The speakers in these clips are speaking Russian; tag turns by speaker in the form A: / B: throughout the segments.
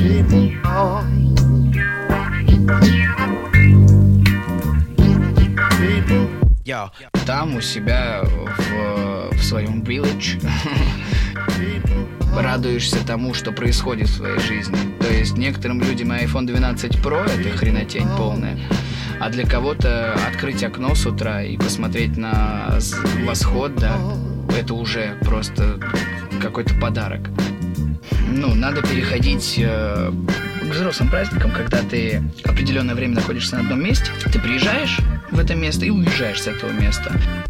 A: Там у себя в своем village радуешься тому, что происходит в твоей жизни. То есть некоторым людям iPhone 12 Pro — это хренотень полная. А для кого-то открыть окно с утра и посмотреть на восход, да, это уже просто какой-то подарок. Надо переходить к взрослым праздникам, когда ты определенное время находишься на одном месте, ты приезжаешь в это место и уезжаешь с этого места.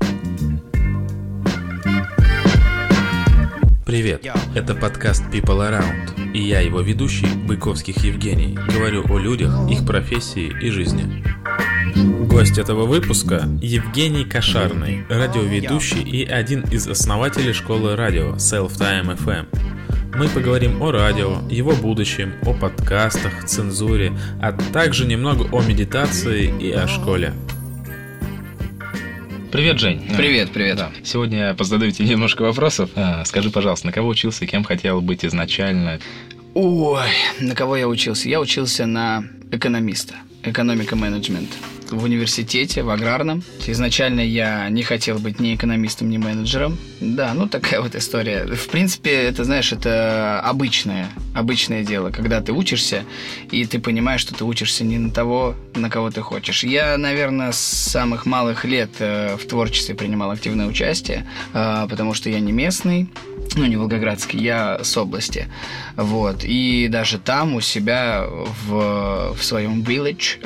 B: Привет, это подкаст People Around, и я, его ведущий, Быковских Евгений, говорю о людях, их профессии и жизни. Гость этого выпуска – Евгений Кошарный, радиоведущий и один из основателей школы радио Self-Time FM. Мы поговорим о радио, его будущем, о подкастах, цензуре, а также немного о медитации и о школе.
C: Привет, Жень.
A: Привет.
C: Да. Сегодня я позадаю тебе немножко вопросов. Скажи, пожалуйста, на кого учился, кем хотел быть изначально?
A: Ой, на кого я учился? Я учился на экономиста, экономика-менеджмент. В университете, в аграрном. Изначально я не хотел быть ни экономистом, ни менеджером. Да, такая вот история. В принципе, это, знаешь, это обычное дело, когда ты учишься, и ты понимаешь, что ты учишься не на того, на кого ты хочешь. Я, наверное, с самых малых лет в творчестве принимал активное участие, потому что я не местный, не волгоградский, я с области. Вот. И даже там у себя в своем village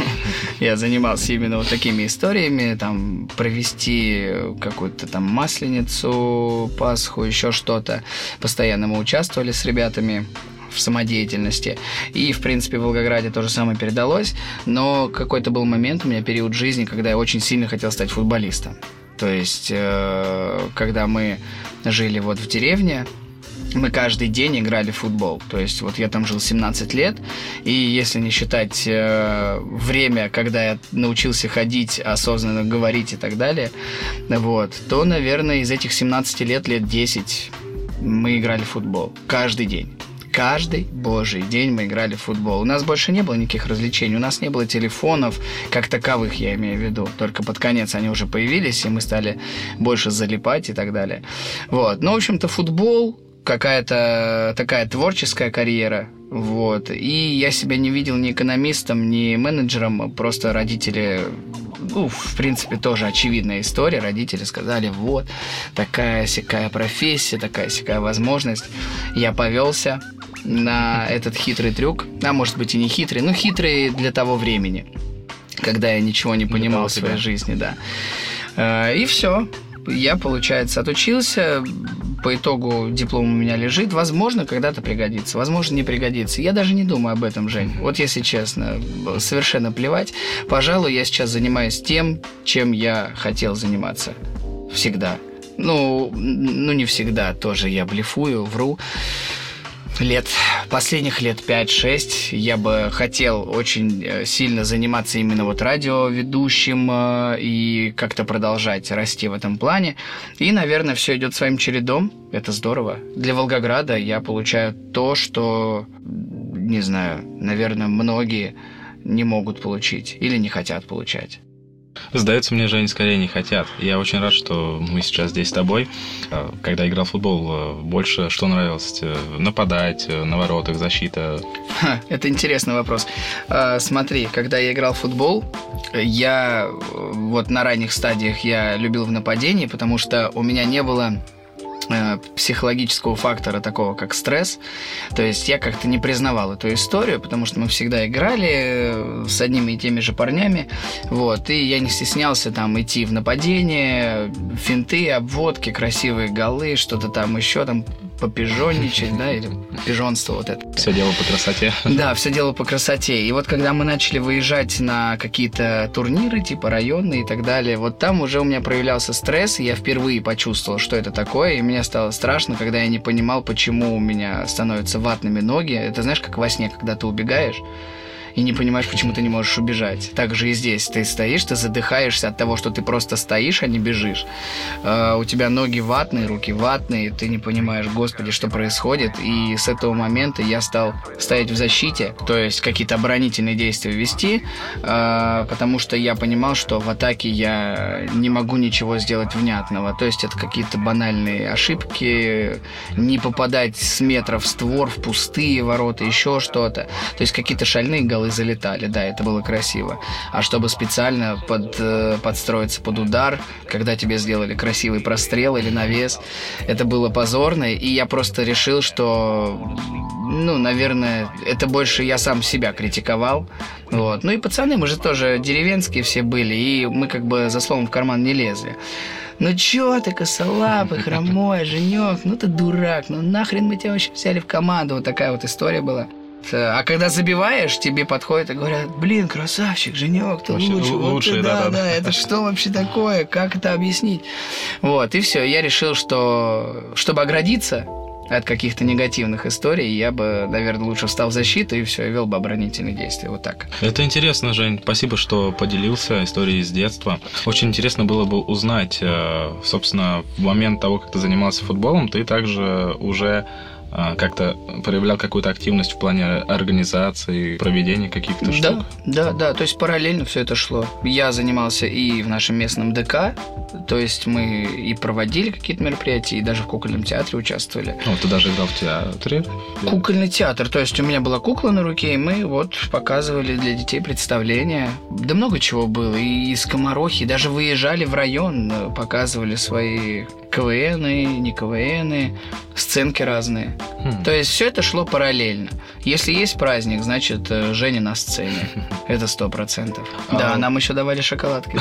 A: я занимался именно вот такими историями, там провести какую-то там масленицу, Пасху, еще что-то. Постоянно мы участвовали с ребятами в самодеятельности. И, в принципе, в Волгограде то же самое передалось. Но какой-то был момент у меня, период жизни, когда я очень сильно хотел стать футболистом. То есть, когда мы жили вот в деревне, мы каждый день играли в футбол. То есть, вот я там жил 17 лет, и если не считать время, когда я научился ходить, осознанно говорить и так далее, то, наверное, из этих 17 лет 10 мы играли в футбол. Каждый день. Каждый божий день мы играли в футбол. У нас больше не было никаких развлечений, у нас не было телефонов, как таковых, я имею в виду. Только под конец они уже появились, и мы стали больше залипать и так далее. В общем-то, футбол, какая-то такая творческая карьера. И я себя не видел ни экономистом, ни менеджером, просто родители... в принципе, тоже очевидная история. Родители сказали, такая-сякая профессия, такая-сякая возможность. Я повелся на этот хитрый трюк. А может быть и не хитрый, но хитрый для того времени, когда я ничего не понимал в своей жизни, да. И все. Я, получается, отучился. По итогу диплом у меня лежит. Возможно, когда-то пригодится. Возможно, не пригодится. Я даже не думаю об этом, Жень. Вот если честно, совершенно плевать. Пожалуй, я сейчас занимаюсь тем, чем я хотел заниматься. Всегда. Не всегда. Тоже я блефую, вру. Последних лет 5-6 я бы хотел очень сильно заниматься именно радиоведущим и как-то продолжать расти в этом плане. И, наверное, все идет своим чередом. Это здорово. Для Волгограда я получаю то, что, не знаю, наверное, многие не могут получить или не хотят получать.
C: Сдается мне, Жень, скорее не хотят. Я очень рад, что мы сейчас здесь с тобой. Когда играл в футбол, больше что нравилось? Нападать, на воротах, защита?
A: Это интересный вопрос. Смотри, когда я играл в футбол, я на ранних стадиях я любил в нападении, потому что у меня не было психологического фактора такого, как стресс. То есть я как-то не признавал эту историю, потому что мы всегда играли с одними и теми же парнями. И я не стеснялся там идти в нападение, финты, обводки, красивые голы, что-то там еще там попижонничать, да, или пижонство вот это.
C: Все дело по красоте.
A: Да, все дело по красоте. И когда мы начали выезжать на какие-то турниры, типа районные и так далее, там уже у меня проявлялся стресс, и я впервые почувствовал, что это такое, и мне стало страшно, когда я не понимал, почему у меня становятся ватными ноги. Это знаешь, как во сне, когда ты убегаешь, и не понимаешь, почему ты не можешь убежать. Так же и здесь. Ты стоишь, ты задыхаешься от того, что ты просто стоишь, а не бежишь. У тебя ноги ватные, руки ватные, ты не понимаешь, господи, что происходит. И с этого момента я стал стоять в защите, то есть какие-то оборонительные действия вести, потому что я понимал, что в атаке я не могу ничего сделать внятного. То есть это какие-то банальные ошибки, не попадать с метра в створ, в пустые ворота, еще что-то. То есть какие-то шальные голы залетали, да, это было красиво. А чтобы специально подстроиться под удар, когда тебе сделали красивый прострел или навес, это было позорно, и я просто решил, что, наверное, это больше я сам себя критиковал. Вот. Ну и пацаны, мы же тоже деревенские все были, и мы как бы за словом в карман не лезли. Ну чё ты, косолапый, хромой, Женёк, ты дурак, нахрен мы тебя вообще взяли в команду, вот такая вот история была. А когда забиваешь, тебе подходят и говорят: блин, красавчик, Женёк, ты лучший. Да, это что вообще такое, как это объяснить? Вот, и все, я решил, что чтобы оградиться от каких-то негативных историй, я бы, наверное, лучше встал в защиту и все, и вел бы оборонительные действия, вот так.
C: Это интересно, Жень, спасибо, что поделился историей с детства. Очень интересно было бы узнать, собственно, в момент того, как ты занимался футболом, ты также уже как-то проявлял какую-то активность в плане организации, проведения каких-то штук?
A: Да, то есть параллельно все это шло. Я занимался и в нашем местном ДК, то есть мы и проводили какие-то мероприятия, и даже в кукольном театре участвовали.
C: Ты даже играл в театре?
A: Кукольный театр, то есть у меня была кукла на руке, и мы показывали для детей представления. Да много чего было, и из Скоморохи, даже выезжали в район, показывали свои КВНы, не КВНы, сценки разные. То есть все это шло параллельно. Если есть праздник, значит, Женя на сцене. Это 100%. Да, нам еще давали шоколадки.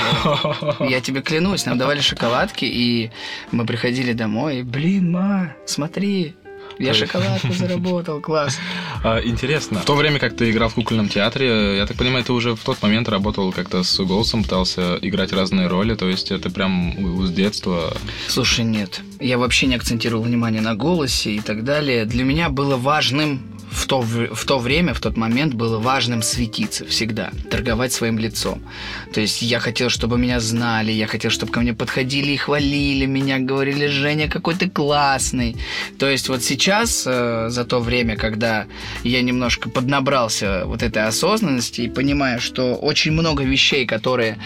A: Я тебе клянусь, нам давали шоколадки, и мы приходили домой, и, блин, ма, смотри, я шоколадку заработал, класс.
C: Интересно. В то время, как ты играл в кукольном театре, я так понимаю, ты уже в тот момент работал как-то с голосом, пытался играть разные роли, то есть это прям с детства?
A: Слушай, нет. Я вообще не акцентировал внимание на голосе и так далее. Для меня было важным в то время, в тот момент было важным светиться всегда, торговать своим лицом. То есть я хотел, чтобы меня знали, я хотел, чтобы ко мне подходили и хвалили меня, говорили: Женя, какой ты классный. То есть вот сейчас, за то время, когда я немножко поднабрался вот этой осознанности и понимаю, что очень много вещей, которые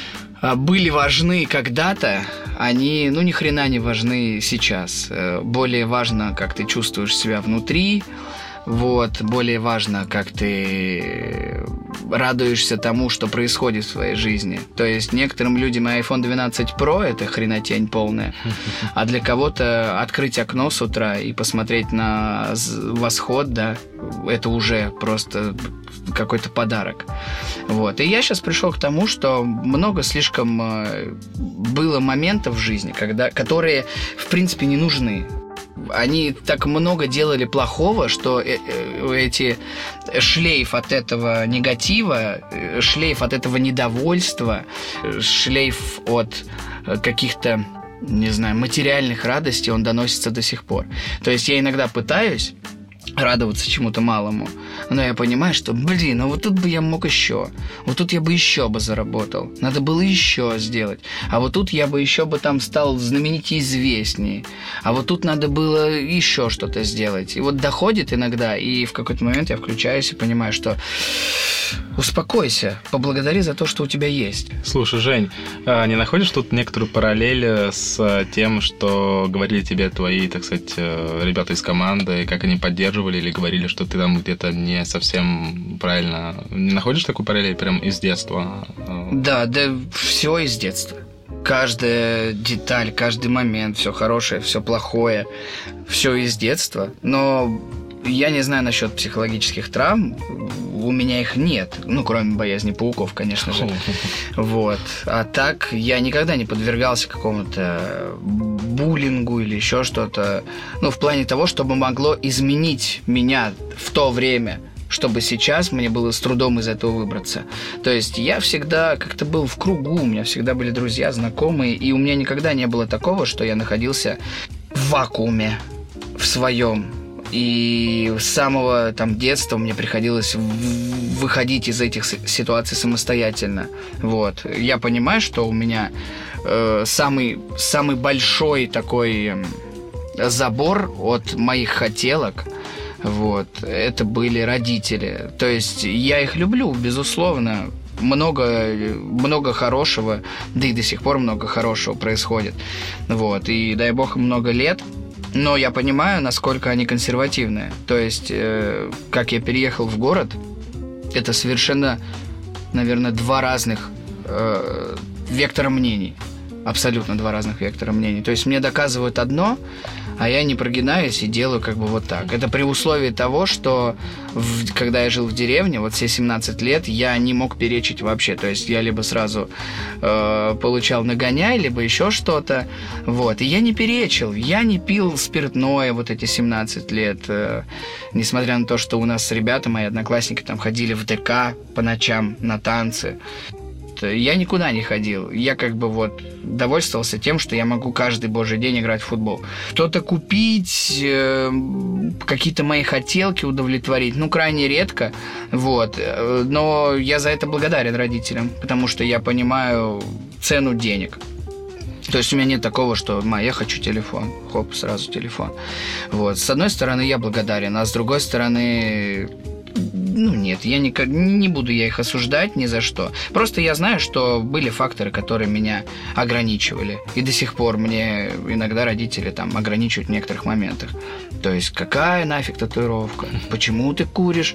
A: были важны когда-то, они, ни хрена не важны сейчас. Более важно, как ты чувствуешь себя внутри. Вот, более важно, как ты радуешься тому, что происходит в твоей жизни. То есть некоторым людям iPhone 12 Pro – это хренотень полная, а для кого-то открыть окно с утра и посмотреть на восход, да, это уже просто какой-то подарок. Вот. И я сейчас пришел к тому, что много слишком было моментов в жизни, которые, в принципе, не нужны. Они так много делали плохого, что шлейф от этого негатива, шлейф от этого недовольства, шлейф от каких-то, не знаю, материальных радостей, он доносится до сих пор. То есть я иногда пытаюсь радоваться чему-то малому, но я понимаю, что, вот тут бы я мог еще, вот тут я бы еще заработал, надо было еще сделать, а вот тут я бы еще там стал знаменитее, известнее, а вот тут надо было еще что-то сделать. И вот доходит иногда, и в какой-то момент я включаюсь и понимаю, что успокойся, поблагодари за то, что у тебя есть.
C: Слушай, Жень, не находишь тут некоторую параллель с тем, что говорили тебе твои, так сказать, ребята из команды, как они поддерживали или говорили, что ты там где-то не совсем правильно? Не находишь такую параллель прям из детства?
A: Да, все из детства. Каждая деталь, каждый момент, все хорошее, все плохое, все из детства. Но я не знаю насчет психологических травм, у меня их нет, кроме боязни пауков, конечно же. Вот. А так я никогда не подвергался какому-то буллингу или еще что-то, в плане того, чтобы могло изменить меня в то время, чтобы сейчас мне было с трудом из этого выбраться. То есть я всегда как-то был в кругу, у меня всегда были друзья, знакомые, и у меня никогда не было такого, что я находился в вакууме в своем И с самого там детства мне приходилось выходить из этих ситуаций самостоятельно. Вот. Я понимаю, что у меня самый большой такой забор от моих хотелок, вот, это были родители. То есть я их люблю, безусловно. Много хорошего, да и до сих пор много хорошего происходит. Вот. И дай бог им много лет. Но я понимаю, насколько они консервативные. То есть, как я переехал в город, это совершенно, наверное, два разных вектора мнений. Абсолютно два разных вектора мнений. То есть мне доказывают одно, а я не прогинаюсь и делаю как бы вот так. Это при условии того, что когда я жил в деревне, вот все 17 лет, я не мог перечить вообще. То есть я либо сразу получал нагоняй, либо еще что-то. Вот. И я не перечил. Я не пил спиртное вот эти 17 лет. Несмотря на то, что у нас ребята, мои одноклассники, там ходили в ДК по ночам на танцы. Я никуда не ходил. Я как бы вот довольствовался тем, что я могу каждый божий день играть в футбол. Что-то купить, какие-то мои хотелки удовлетворить, крайне редко. Вот. Но я за это благодарен родителям, потому что я понимаю цену денег. То есть у меня нет такого, что я хочу телефон, хоп, сразу телефон. Вот. С одной стороны, я благодарен, а с другой стороны... нет, я не буду их осуждать ни за что. Просто я знаю, что были факторы, которые меня ограничивали. И до сих пор мне иногда родители там ограничивают в некоторых моментах. То есть, какая нафиг татуировка? Почему ты куришь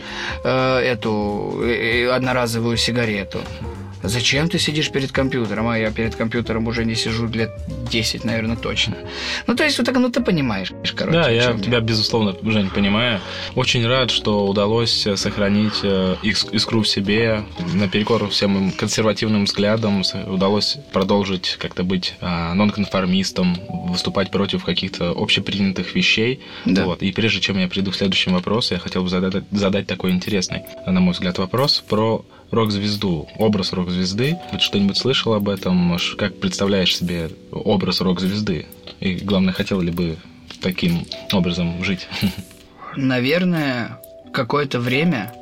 A: эту одноразовую сигарету? Зачем ты сидишь перед компьютером? А я перед компьютером уже не сижу лет 10, наверное, точно. То есть, вот так, ты понимаешь, короче.
C: Да, я тебя, безусловно, Жень, понимаю. Очень рад, что удалось сохранить искру в себе. Наперекор всем консервативным взглядам удалось продолжить как-то быть нонконформистом, выступать против каких-то общепринятых вещей. Да. Вот. И прежде чем я перейду к следующему вопросу, я хотел бы задать такой интересный, на мой взгляд, вопрос про рок-звезду, образ рок-звезды. Вот что-нибудь слышал об этом? Как представляешь себе образ рок-звезды? И, главное, хотел ли бы таким образом жить?
A: Наверное, какое-то время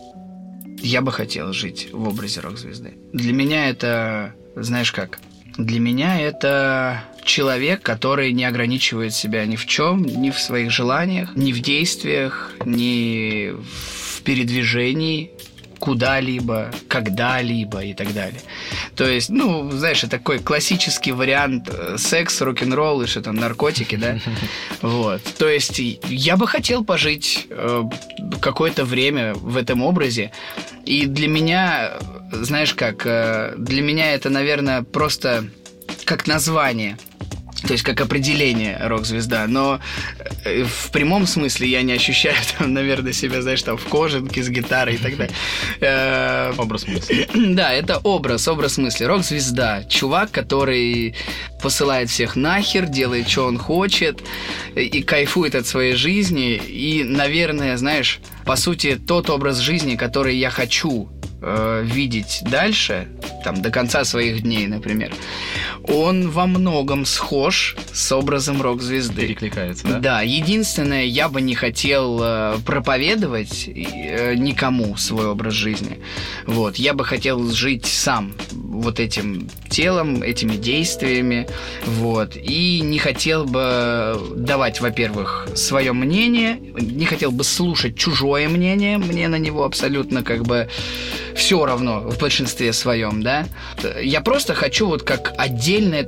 A: я бы хотел жить в образе рок-звезды. Для меня это, знаешь как? Для меня это человек, который не ограничивает себя ни в чем, ни в своих желаниях, ни в действиях, ни в передвижении куда-либо, когда-либо и так далее. То есть, знаешь, это такой классический вариант секс, рок-н-ролл и что там, наркотики, да? Вот. То есть, я бы хотел пожить какое-то время в этом образе. И для меня, знаешь как, для меня это, наверное, просто как название. То есть, как определение рок-звезда. Но в прямом смысле я не ощущаю, наверное, себя, знаешь, в кожанке с гитарой и так далее.
C: Образ мысли.
A: Да, это образ мысли. Рок-звезда. Чувак, который посылает всех нахер, делает, что он хочет, и кайфует от своей жизни. И, наверное, знаешь, по сути, тот образ жизни, который я хочу видеть дальше, до конца своих дней, например, он во многом схож с образом рок-звезды.
C: Перекликается, да?
A: Да, единственное, я бы не хотел проповедовать никому свой образ жизни. Вот, я бы хотел жить сам вот этим телом, этими действиями, вот, и не хотел бы давать, во-первых, свое мнение, не хотел бы слушать чужое мнение, мне на него абсолютно все равно в большинстве своем, да. Я просто хочу как отдельная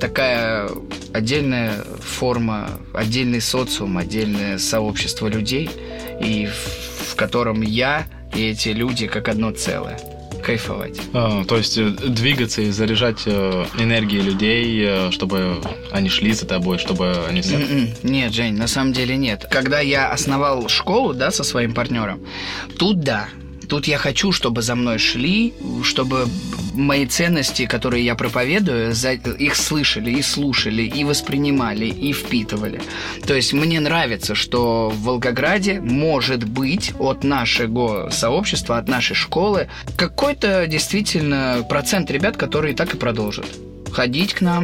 A: форма, отдельный социум, отдельное сообщество людей, и в котором я и эти люди как одно целое. Кайфовать.
C: То есть двигаться и заряжать энергией людей, чтобы они шли за тобой, чтобы они...
A: Нет, Жень, на самом деле нет. Когда я основал школу, да, со своим партнером, тут да. Тут я хочу, чтобы за мной шли, чтобы мои ценности, которые я проповедую, их слышали и слушали, и воспринимали, и впитывали. То есть мне нравится, что в Волгограде может быть от нашего сообщества, от нашей школы какой-то действительно процент ребят, которые так и продолжат ходить к нам,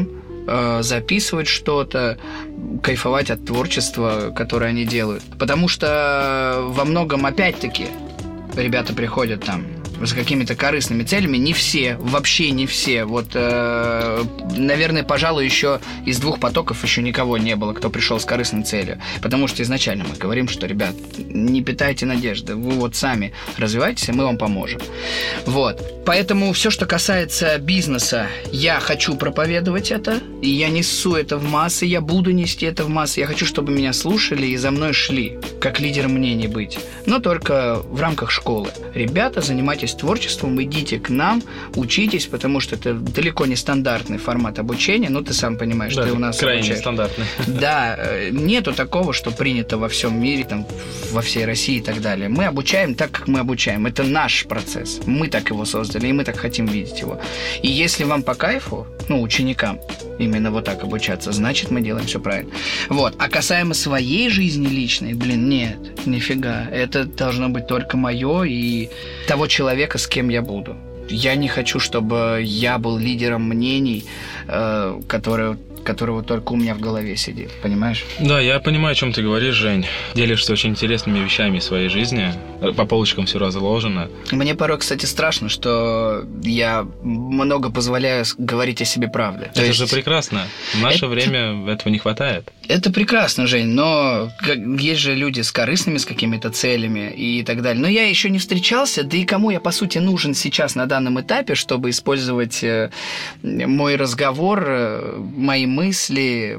A: записывать что-то, кайфовать от творчества, которое они делают. Потому что во многом, опять-таки, ребята приходят там с какими-то корыстными целями. Не все, вообще не все. Вот, наверное, пожалуй, еще из 2 потоков еще никого не было, кто пришел с корыстной целью. Потому что изначально мы говорим, что, ребят, не питайте надежды. Вы вот сами развивайтесь, и мы вам поможем. Вот. Поэтому все, что касается бизнеса, я хочу проповедовать это, и я несу это в массы, я буду нести это в массы. Я хочу, чтобы меня слушали и за мной шли, как лидером мнений быть. Но только в рамках школы. Ребята, занимайтесь творчеством, идите к нам, учитесь, потому что это далеко не стандартный формат обучения. Ну, ты сам понимаешь,
C: да,
A: ты у нас
C: крайне
A: обучаешь.
C: Нестандартный.
A: Да, нету такого, что принято во всем мире, там, во всей России и так далее. Мы обучаем так, как мы обучаем. Это наш процесс. Мы так его создали, и мы так хотим видеть его. И если вам по кайфу, ну, ученикам, именно вот так обучаться, значит, мы делаем все правильно. Вот. А касаемо своей жизни личной, нет, нифига. Это должно быть только мое и того человека, с кем я буду. Я не хочу, чтобы я был лидером мнений, которого только у меня в голове сидит, понимаешь?
C: Да, я понимаю, о чем ты говоришь, Жень. Делишься очень интересными вещами в своей жизни. По полочкам все разложено.
A: Мне порой, кстати, страшно, что я много позволяю говорить о себе правде.
C: Это же прекрасно. В наше время этого не хватает.
A: Это прекрасно, Жень, но есть же люди с корыстными, с какими-то целями и так далее. Но я еще не встречался, да и кому я, по сути, нужен сейчас на данном этапе, чтобы использовать мой разговор, мои мысли,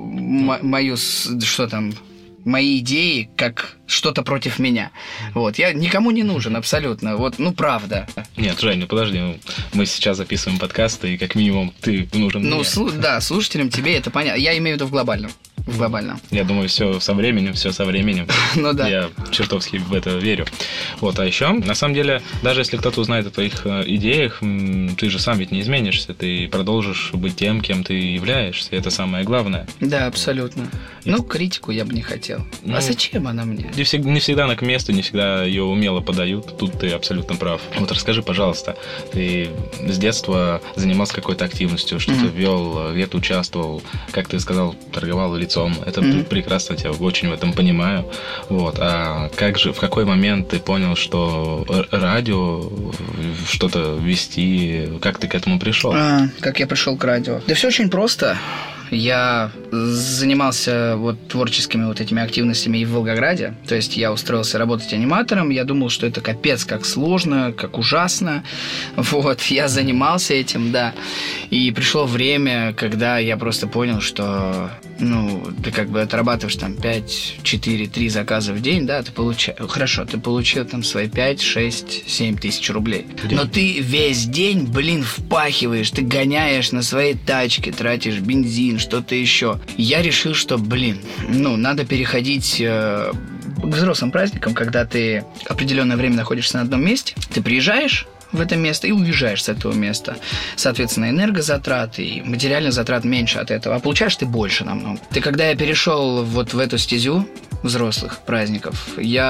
A: мои идеи, как что-то против меня. Вот. Я никому не нужен абсолютно. Вот, правда.
C: Нет, Жень, подожди. Мы сейчас записываем подкасты, и как минимум ты нужен мне.
A: Да, слушателям тебе это понятно. Я имею в виду в глобальном.
C: Я думаю, все со временем.
A: Ну да.
C: Я чертовски в это верю. Вот, а еще, на самом деле, даже если кто-то узнает о твоих идеях, ты же сам ведь не изменишься, ты продолжишь быть тем, кем ты являешься, это самое главное.
A: Да, абсолютно. Критику я бы не хотел. А зачем она мне?
C: Не всегда она к месту, не всегда ее умело подают, тут ты абсолютно прав. Вот расскажи, пожалуйста, ты с детства занимался какой-то активностью, что-то вел, где-то участвовал, как ты сказал, торговал лицом. Это прекрасно, я очень в этом понимаю. Вот. А в какой момент ты понял, что радио, что-то вести, как ты к этому пришел?
A: Как я пришел к радио? Да все очень просто. Я занимался творческими этими активностями и в Волгограде. То есть я устроился работать аниматором. Я думал, что это капец как сложно, как ужасно. Вот, я занимался этим, да. И пришло время, когда я просто понял, что ты как бы отрабатываешь там 5, 4, 3 заказа в день, да, ты получил там свои 5, 6, 7 тысяч рублей. Но ты весь день, впахиваешь, ты гоняешь на своей тачке, тратишь бензин, что-то еще. Я решил, что, надо переходить к взрослым праздникам, когда ты определенное время находишься на одном месте, ты приезжаешь в это место и уезжаешь с этого места. Соответственно, энергозатрат и материальных затрат меньше от этого, а получаешь ты больше намного. Когда я перешел в эту стезю взрослых праздников,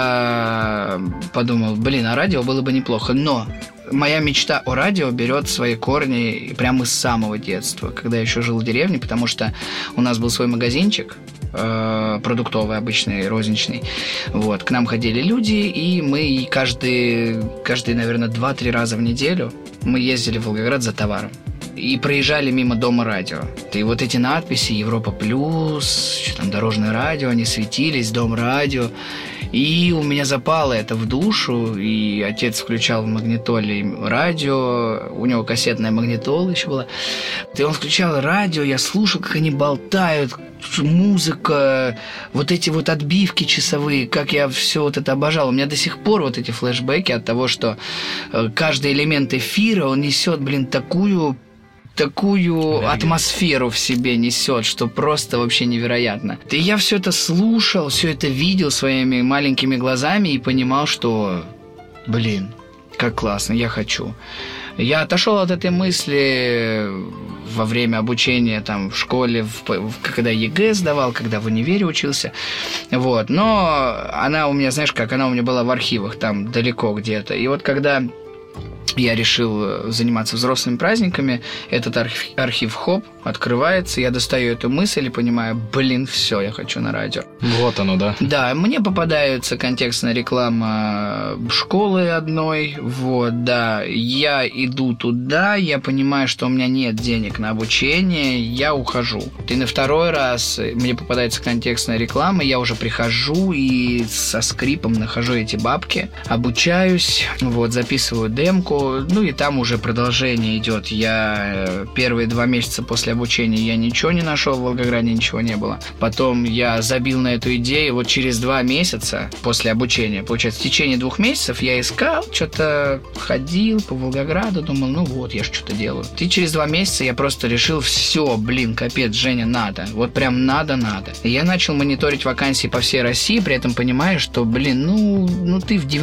A: я подумал, а радио было бы неплохо, но моя мечта о радио берет свои корни прямо с самого детства, когда я еще жил в деревне, потому что у нас был свой магазинчик, продуктовый, обычный, розничный. Вот. К нам ходили люди, и мы каждые, наверное, 2-3 раза в неделю мы ездили в Волгоград за товаром. И проезжали мимо дома радио. И эти надписи «Европа плюс», «Дорожное радио», они светились, «Дом радио». И у меня запало это в душу, и отец включал в магнитоле радио, у него кассетная магнитола еще была. И он включал радио, я слушал, как они болтают, музыка, эти отбивки часовые, как я все это обожал. У меня до сих пор эти флешбеки от того, что каждый элемент эфира, он несет, такую атмосферу в себе несет, что просто вообще невероятно. И я все это слушал, все это видел своими маленькими глазами и понимал, что, как классно, я хочу. Я отошел от этой мысли во время обучения в школе, когда ЕГЭ сдавал, когда в универе учился. Но она у меня, она у меня была в архивах, там далеко где-то. И когда я решил заниматься взрослыми праздниками. Этот архив хоп открывается, я достаю эту мысль и понимаю, все, я хочу на радио.
C: Вот оно, да?
A: Да, мне попадается контекстная реклама школы одной, вот, да, я иду туда, я понимаю, что у меня нет денег на обучение, я ухожу. И на второй раз мне попадается контекстная реклама, я уже прихожу и со скрипом нахожу эти бабки, обучаюсь, вот, записываю демку, и там уже продолжение идет. Я первые 2 месяца после обучения я ничего не нашел, в Волгограде ничего не было. Потом я забил на эту идею, вот через 2 месяца после обучения, получается, в течение 2 месяцев я искал, что-то ходил по Волгограду, думал, я ж что-то делаю. И через 2 месяца я просто решил, все, капец, Женя, надо. Вот прям надо. И я начал мониторить вакансии по всей России, при этом понимая, что, ты в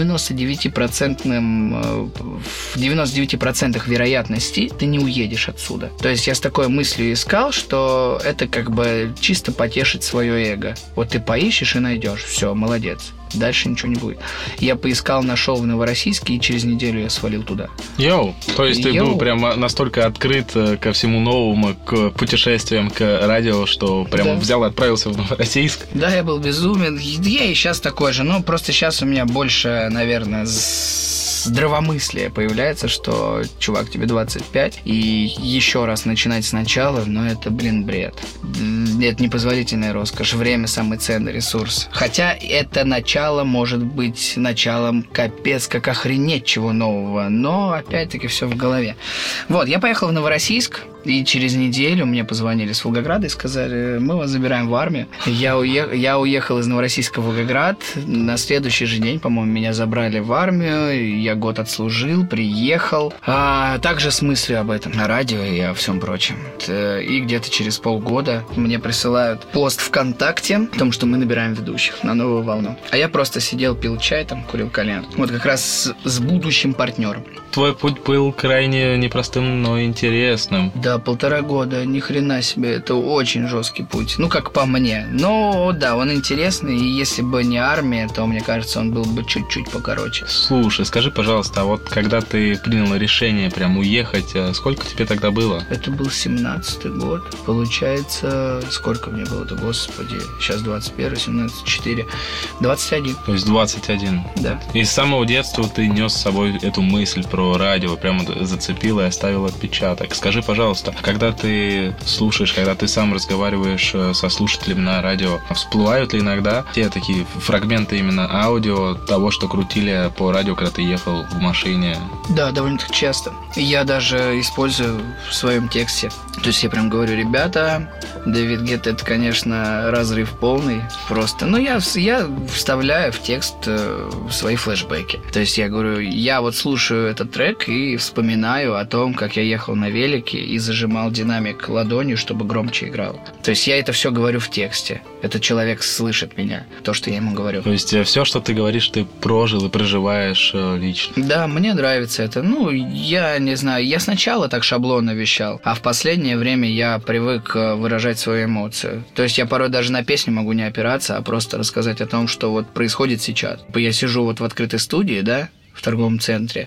A: 99% вероятности ты не уедешь отсюда. То есть я с такой мыслью искал, что это чисто потешить свое эго. Вот ты поищешь и найдешь. Все, молодец. Дальше ничего не будет. Я поискал, нашел в Новороссийске, и через неделю я свалил туда.
C: То есть ты был прям настолько открыт ко всему новому, к путешествиям, к радио, что прям взял и отправился в Новороссийск? Да,
A: я был безумен. Я и сейчас такой же, но просто сейчас у меня больше, наверное, здравомыслие появляется, что, чувак, тебе 25, и еще раз начинать сначала, это, бред. Это непозволительная роскошь. Время – самый ценный ресурс. Хотя это начало может быть началом капец, как охренеть чего нового, но опять-таки все в голове. Вот, я поехал в Новороссийск, и через неделю мне позвонили с Волгограда и сказали, мы вас забираем в армию. Я уехал из Новороссийска в Волгоград. На следующий же день, по-моему, меня забрали в армию. Я год отслужил, приехал. Также с мыслью об этом на радио и о всем прочем. И где-то через полгода мне присылают пост ВКонтакте о том, что мы набираем ведущих на новую волну. А я просто сидел, пил чай, курил кальян. Вот как раз с будущим партнером.
C: Твой путь был крайне непростым, но интересным.
A: Да, 1,5 года, ни хрена себе, это очень жесткий путь. Как по мне. Но, да, он интересный, и если бы не армия, то, мне кажется, он был бы чуть-чуть покороче.
C: Слушай, скажи, пожалуйста, а вот когда ты принял решение прям уехать, сколько тебе тогда было?
A: Это был 17-й год. Получается, сколько мне было-то, господи, сейчас 21, 17, 4, 21.
C: То есть 21.
A: Да.
C: И с самого детства ты нес с собой эту мысль про радио, прямо зацепил и оставил отпечаток. Скажи, пожалуйста, когда ты слушаешь, когда ты сам разговариваешь со слушателем на радио, всплывают ли иногда те такие фрагменты именно аудио того, что крутили по радио, когда ты ехал в машине?
A: Да, довольно-таки часто. Я даже использую в своем тексте. То есть я прям говорю, ребята, Дэвид Гетта, это, конечно, разрыв полный просто. Но я вставляю в текст свои флешбеки. То есть я говорю, я вот слушаю этот трек и вспоминаю о том, как я ехал на велике и зажимал динамик ладонью, чтобы громче играл. То есть я это все говорю в тексте. Этот человек слышит меня, то, что я ему говорю.
C: То есть все, что ты говоришь, ты прожил и проживаешь лично?
A: Да, мне нравится это. Я не знаю, я сначала так шаблонно вещал, а в последнее время я привык выражать свою эмоцию. То есть я порой даже на песню могу не опираться, а просто рассказать о том, что вот происходит сейчас. Я сижу вот в открытой студии, да, в торговом центре,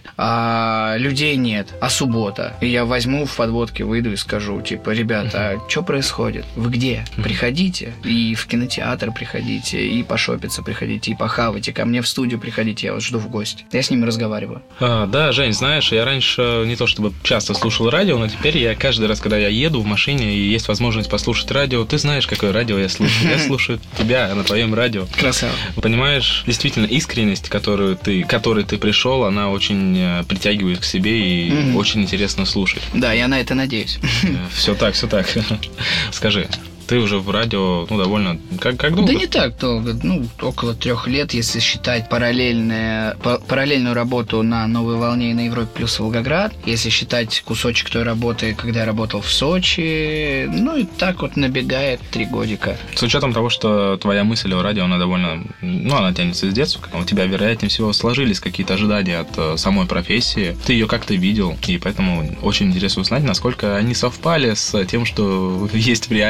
A: а людей нет, а суббота. И я возьму в подводке, выйду и скажу, ребята, а что происходит? Вы где? Приходите. И в кинотеатр приходите, и пошопиться приходите, и похавайте. Ко мне в студию приходите, я вас жду в гости. Я с ними разговариваю.
C: Да, Жень, знаешь, я раньше не то чтобы часто слушал радио, но теперь я каждый раз, когда я еду в машине и есть возможность послушать радио, ты знаешь, какое радио я слушаю. Я слушаю тебя на твоем радио.
A: Красава.
C: Понимаешь, действительно, искренность, которой ты пришел, она очень притягивает к себе и очень интересно слушать.
A: Да, я на это надеюсь.
C: Все так. Скажи, ты уже в радио, довольно... Как долго?
A: Да не так долго. Около 3 лет, если считать параллельную работу на «Новой волне» и на «Европе плюс Волгоград». Если считать кусочек той работы, когда я работал в Сочи. И так вот набегает 3 годика.
C: С учетом того, что твоя мысль о радио, она довольно... она тянется с детства. У тебя, вероятнее всего, сложились какие-то ожидания от самой профессии. Ты ее как-то видел, и поэтому очень интересно узнать, насколько они совпали с тем, что есть в реальности.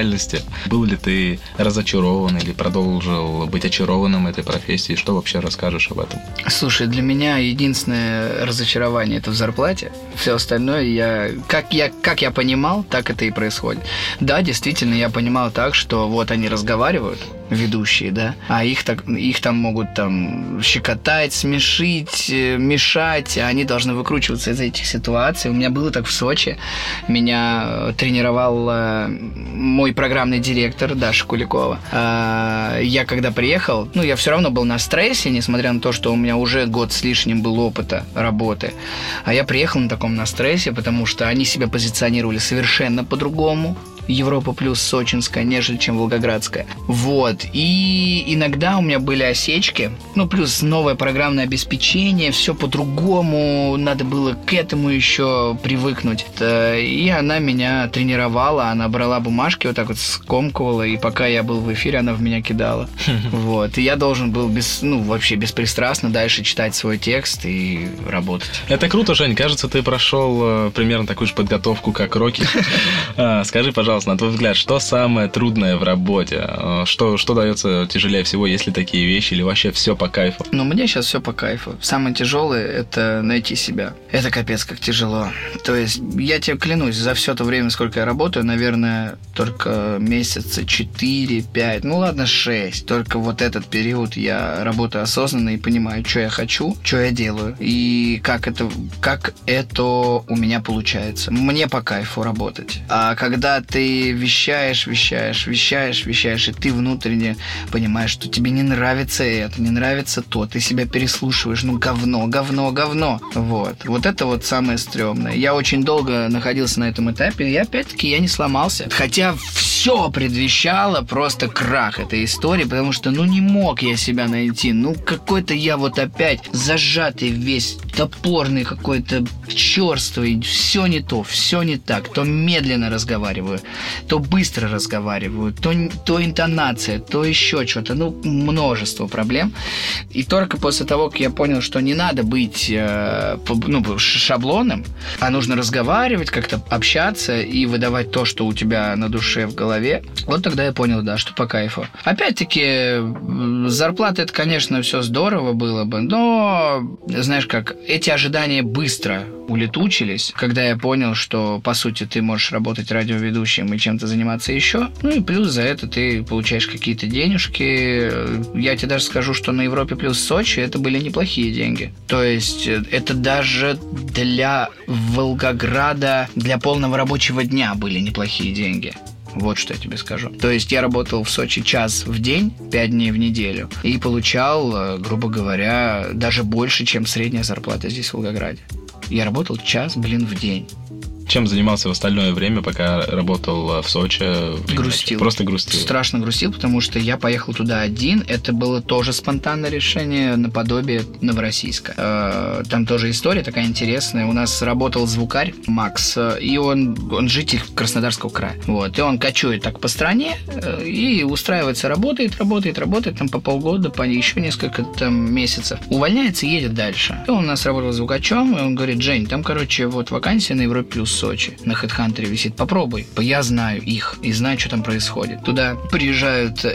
C: Был ли ты разочарован или продолжил быть очарованным этой профессией? Что вообще расскажешь об этом?
A: Слушай, для меня единственное разочарование – это в зарплате. Все остальное как я понимал, так это и происходит. Да, действительно, я понимал так, что вот они разговаривают, ведущие, да, а их там могут щекотать, смешить, мешать, а они должны выкручиваться из этих ситуаций. У меня было так в Сочи. Меня тренировал мой программный директор Даша Куликова. Я когда приехал, я все равно был на стрессе, несмотря на то, что у меня уже год с лишним был опыта работы. А я приехал на таком на стрессе, потому что они себя позиционировали совершенно по-другому. Европа плюс сочинская, нежели чем волгоградская. Вот. И иногда у меня были осечки. Плюс новое программное обеспечение, все по-другому. Надо было к этому еще привыкнуть. И она меня тренировала, она брала бумажки, вот так вот скомкивала, и пока я был в эфире, она в меня кидала. Вот. И я должен был вообще беспристрастно дальше читать свой текст и работать.
C: Это круто, Жень. Кажется, ты прошел примерно такую же подготовку, как Рокки. Скажи, пожалуйста, на твой взгляд, что самое трудное в работе? Что дается тяжелее всего, если такие вещи, или вообще все по кайфу?
A: Мне сейчас все по кайфу. Самое тяжелое – это найти себя. Это капец как тяжело. То есть, я тебе клянусь, за все то время, сколько я работаю, наверное, только месяца 4-5, 6. Только вот этот период я работаю осознанно и понимаю, что я хочу, что я делаю, и как это у меня получается. Мне по кайфу работать. А когда ты вещаешь, и ты внутренне понимаешь, что тебе не нравится это, не нравится то, ты себя переслушиваешь, говно. Вот это вот самое стрёмное. Я очень долго находился на этом этапе, и опять-таки я не сломался. Хотя все предвещало просто крах этой истории, потому что, не мог я себя найти. Какой-то я вот опять зажатый весь, топорный какой-то, чёрствый, все не то, все не так. То медленно разговариваю, то быстро разговариваю, то интонация, то еще что-то, множество проблем. И только после того, как я понял, что не надо быть шаблоном, а нужно разговаривать, как-то общаться и выдавать то, что у тебя на душе, в голове, вот тогда я понял, да, что по кайфу. Опять-таки, зарплата, это, конечно, все здорово было бы, но, знаешь как, эти ожидания быстро улетучились, когда я понял, что, по сути, ты можешь работать радиоведущим и чем-то заниматься еще, и плюс за это ты получаешь какие-то денежки. Я тебе даже скажу, что на Европе плюс Сочи это были неплохие деньги. То есть это даже для Волгограда, для полного рабочего дня были неплохие деньги. Вот что я тебе скажу. То есть я работал в Сочи час в день, 5 дней в неделю, и получал, грубо говоря, даже больше, чем средняя зарплата здесь, в Волгограде. Я работал час, в день.
C: Чем занимался в остальное время, пока работал в Сочи?
A: Грустил.
C: Просто грустил.
A: Страшно грустил, потому что я поехал туда один. Это было тоже спонтанное решение, наподобие Новороссийска. Там тоже история такая интересная. У нас работал звукарь Макс, и он житель Краснодарского края. Вот. И он кочует так по стране и устраивается, работает там по полгода, по еще несколько месяцев. Увольняется и едет дальше. И он у нас работал звукачом, и он говорит: Жень, там, вот вакансия на Европе плюс Сочи. На HeadHunter висит. Попробуй. Я знаю их и знаю, что там происходит. Туда приезжают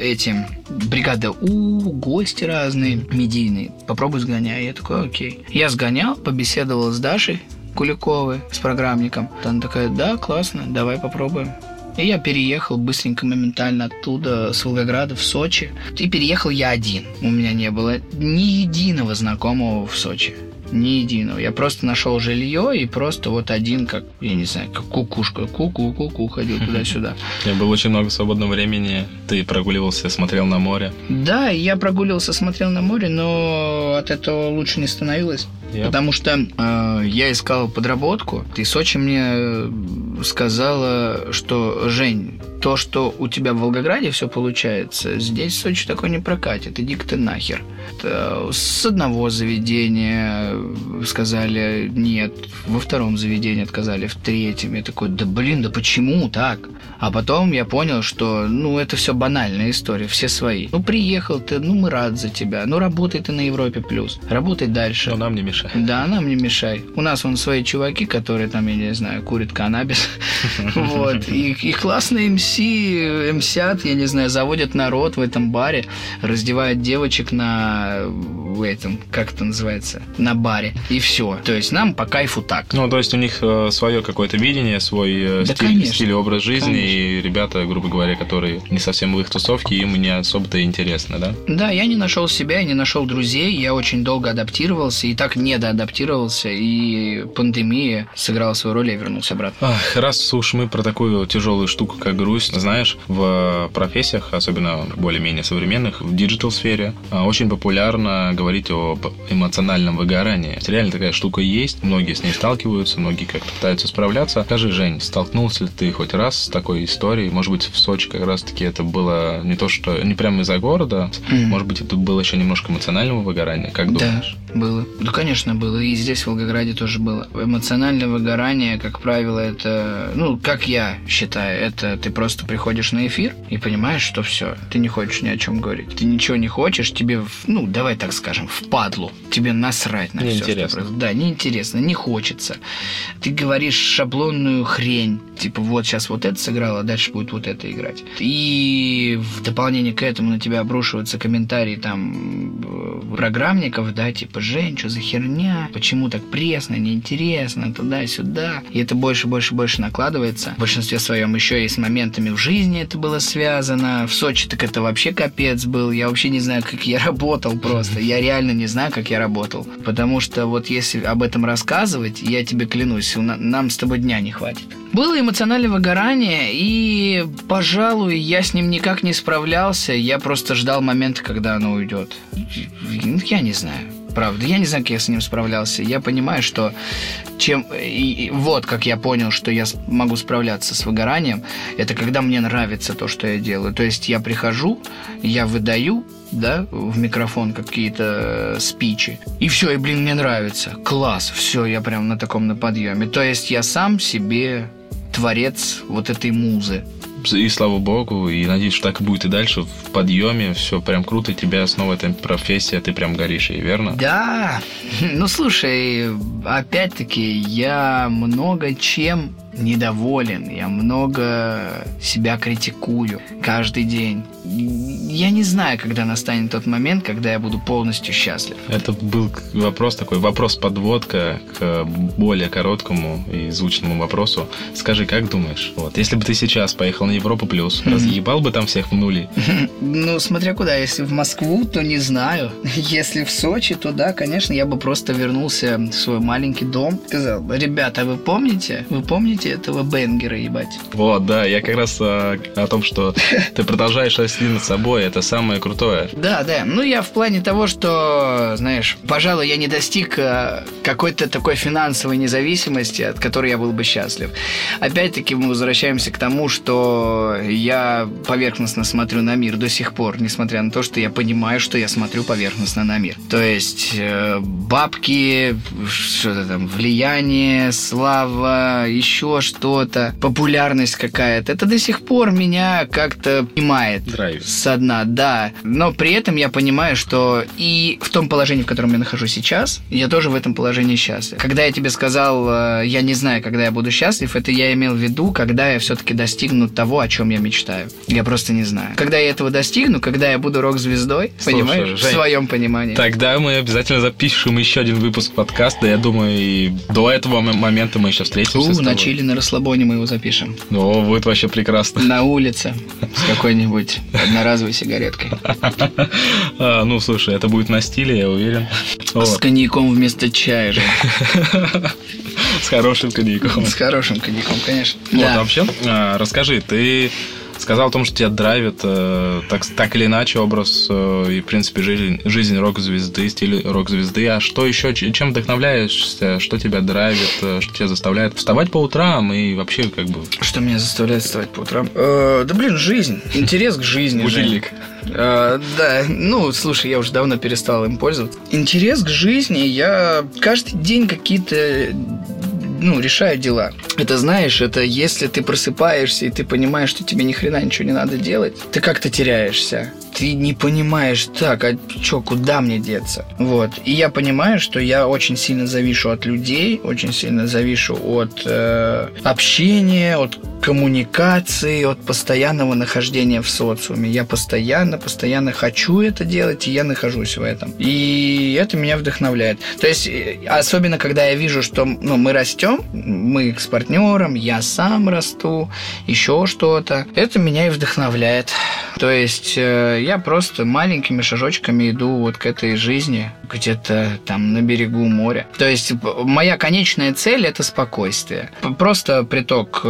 A: бригады гости разные, медийные. Попробуй сгоняй. Я такой: окей. Я сгонял, побеседовал с Дашей Куликовой, с программником. Она такая: да, классно, давай попробуем. И я переехал быстренько, моментально оттуда, с Волгограда в Сочи. И переехал я один. У меня не было ни единого знакомого в Сочи. Ни единого. Я просто нашел жилье и просто вот один, как, я не знаю, как кукушка, ку-ку-ку-ку, ходил туда-сюда.
C: У тебя было очень много свободного времени, ты прогуливался, смотрел на море.
A: Да, я прогуливался, смотрел на море, но от этого лучше не становилось. Потому что я искал подработку, и Сочи мне сказала, что: Жень, то, что у тебя в Волгограде все получается, здесь в Сочи такое не прокатит, иди-ка ты нахер. С одного заведения сказали нет, во втором заведении отказали, в третьем. Я такой: да почему так? А потом я понял, что, это все банальная история, все свои. Приехал ты, мы рады за тебя, работай ты на Европе плюс, работай дальше.
C: Но нам не мешай. мешай.
A: Да, нам не мешай. У нас вон свои чуваки, которые там, я не знаю, курят каннабис. Вот. И классные мсят, я не знаю, заводят народ в этом баре, раздевают девочек на этом, как это называется, на баре. И все. То есть нам по кайфу так.
C: Ну, то есть у них свое какое-то видение, свой стиль, образ жизни, и ребята, грубо говоря, которые не совсем в их тусовке, им не особо-то интересно, да?
A: Да, я не нашел себя, я не нашел друзей, я очень долго адаптировался, и так недоадаптировался, и пандемия сыграла свою роль, и я вернулся обратно.
C: Раз уж мы про такую тяжелую штуку, как грусть, знаешь, в профессиях, особенно более-менее современных, в диджитал-сфере, очень популярно говорить об эмоциональном выгорании. Реально такая штука есть, многие с ней сталкиваются, многие как-то пытаются справляться. Скажи, Жень, столкнулся ли ты хоть раз с такой историей? Может быть, в Сочи как раз-таки это было не то, что не прямо из-за города, может быть, это было еще немножко эмоционального выгорания, как думаешь?
A: Да, было. Ну, конечно, было. И здесь, в Волгограде, тоже было. Эмоциональное выгорание, как правило, это, ну, как я считаю, это ты просто приходишь на эфир и понимаешь, что все, ты не хочешь ни о чем говорить. Ты ничего не хочешь, тебе, ну, давай так скажем, впадлу. Тебе насрать на все.
C: Неинтересно.
A: Да, неинтересно, не хочется. Ты говоришь шаблонную хрень, типа вот сейчас вот это сыграло, а дальше будет вот это играть. И в дополнение к этому на тебя обрушиваются комментарии там программников, да, типа, Жень, что за херня, почему так пресно, неинтересно, туда-сюда. И это больше накладывается. В большинстве своем еще и с моментами в жизни это было связано. В Сочи так это вообще капец был. Я вообще не знаю, как я работал просто. Я реально не знаю, как я работал. Потому что вот если об этом рассказывать, я тебе клянусь, нам с тобой дня не хватит. Было эмоциональное выгорание, и, пожалуй, я с ним никак не справлялся. Я просто ждал момента, когда оно уйдет. Я не знаю. Правда, я не знаю, как я с ним справлялся. Я понимаю, что вот как я понял, что я могу справляться с выгоранием, это когда мне нравится то, что я делаю. То есть я прихожу, я выдаю, да, в микрофон какие-то спичи, и все, и, блин, мне нравится. Класс, все, я прям на подъеме. То есть я сам себе творец вот этой музы.
C: И слава богу, и надеюсь, что так и будет и дальше в подъеме. Все прям круто, тебя снова эта профессия, ты прям горишь ей, верно?
A: Да, ну слушай, опять-таки, я много чем недоволен, я много себя критикую каждый день. Я не знаю, когда настанет тот момент, когда я буду полностью счастлив.
C: Это был вопрос-подводка к более короткому и звучному вопросу. Скажи, как думаешь, вот, если бы ты сейчас поехал на Европу Плюс, разъебал бы там всех в нули?
A: Ну, смотря куда. Если в Москву, то не знаю. Если в Сочи, то да, конечно, я бы просто вернулся в свой маленький дом. Сказал, ребята, вы помните? Вы помните этого бенгера, ебать?
C: Вот, да, я как раз о том, что ты продолжаешь расти над собой, это самое крутое.
A: Да, ну я в плане того, что, знаешь, пожалуй, я не достиг какой-то такой финансовой независимости, от которой я был бы счастлив. Опять-таки мы возвращаемся к тому, что я поверхностно смотрю на мир до сих пор, несмотря на то, что я понимаю, что я смотрю поверхностно на мир. То есть бабки, что-то там, влияние, слава, еще что-то, популярность какая-то, это до сих пор меня как-то понимает.
C: Драйвит.
A: Со дна, да. Но при этом я понимаю, что и в том положении, в котором я нахожусь сейчас, я тоже в этом положении счастлив. Когда я тебе сказал, я не знаю, когда я буду счастлив, это я имел в виду, когда я все-таки достигну того, о чем я мечтаю. Я просто не знаю. Когда я этого достигну, когда я буду рок-звездой, понимаешь, Жень, в своем понимании.
C: Тогда мы обязательно запишем еще один выпуск подкаста. Я думаю, и до этого момента мы еще встретимся.
A: На чили, на расслабоне мы его запишем.
C: О, будет вообще прекрасно.
A: На улице с какой-нибудь одноразовой сигареткой.
C: Ну, слушай, это будет на стиле, я уверен.
A: С коньяком вместо чая же.
C: С хорошим коньяком.
A: С хорошим коньяком, конечно.
C: Вот, вообще, расскажи, ты сказал о том, что тебя драйвит так или иначе образ и, в принципе, жизнь рок-звезды, стиль рок-звезды. А что еще, чем вдохновляешься, что тебя драйвит, что тебя заставляет вставать по утрам и вообще как бы...
A: Что меня заставляет вставать по утрам? Да, блин, жизнь, интерес к жизни.
C: Будильник.
A: Да, ну, слушай, я уже давно перестал им пользоваться. Интерес к жизни, я каждый день какие-то... решаю дела. Это, знаешь, это если ты просыпаешься и ты понимаешь, что тебе ни хрена ничего не надо делать, ты как-то теряешься. ты не понимаешь, так, а что, куда мне деться? Вот. И я понимаю, что я очень сильно завишу от людей, очень сильно завишу от общения, от коммуникации, от постоянного нахождения в социуме. Я постоянно хочу это делать, и я нахожусь в этом. И это меня вдохновляет. То есть, особенно, когда я вижу, что мы растем, мы с партнером, я сам расту, еще что-то, это меня и вдохновляет. То есть, я просто маленькими шажочками иду вот к этой жизни, где-то там на берегу моря. То есть, моя конечная цель – это спокойствие. Просто приток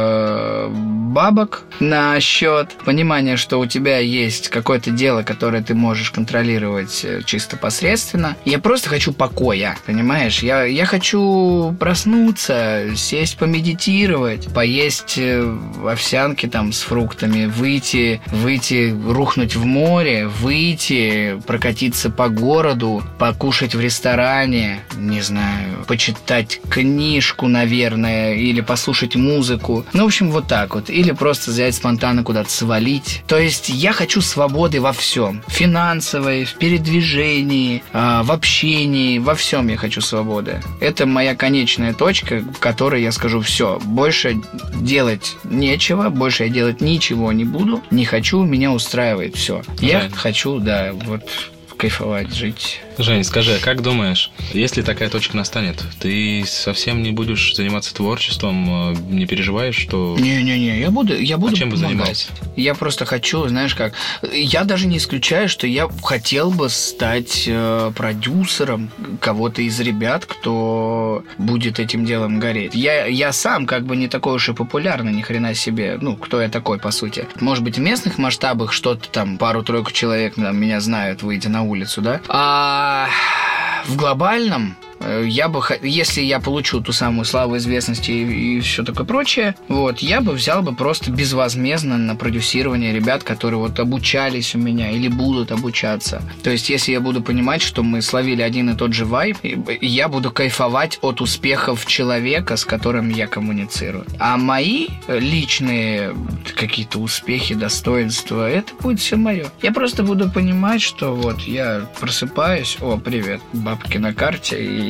A: бабок на счет, понимание, что у тебя есть какое-то дело, которое ты можешь контролировать чисто посредственно. Я просто хочу покоя, понимаешь? Я хочу проснуться, сесть помедитировать, поесть овсянки там с фруктами, выйти, рухнуть в море, выйти, прокатиться по городу, покушать в ресторане, не знаю, почитать книжку, наверное, или послушать музыку. Ну, в общем, вот так вот. Или просто взять спонтанно куда-то свалить. То есть я хочу свободы во всем. Финансовой, в передвижении, в общении, во всем я хочу свободы. Это моя конечная точка, в которой я скажу: все, больше делать нечего, больше я делать ничего не буду, не хочу, меня устраивает все. Я хочу, да, вот кайфовать, жить.
C: Жень, скажи, а как думаешь, если такая точка настанет, ты совсем не будешь заниматься творчеством, не переживаешь, что...
A: Не-не-не, я буду
C: А чем бы занимался?
A: Я просто хочу, знаешь как, я даже не исключаю, что я хотел бы стать продюсером кого-то из ребят, кто будет этим делом гореть. Я сам как бы не такой уж и популярный, ни хрена себе, кто я такой, по сути. Может быть, в местных масштабах что-то там, пару-тройку человек там, меня знают, выйти на улицу, да? А в глобальном я бы, если я получу ту самую славу, известность и все такое прочее, вот, я бы взял бы просто безвозмездно на продюсирование ребят, которые вот обучались у меня или будут обучаться. То есть, если я буду понимать, что мы словили один и тот же вайб, я буду кайфовать от успехов человека, с которым я коммуницирую. А мои личные какие-то успехи, достоинства, это будет все мое. Я просто буду понимать, что вот я просыпаюсь, о, привет, бабки на карте, и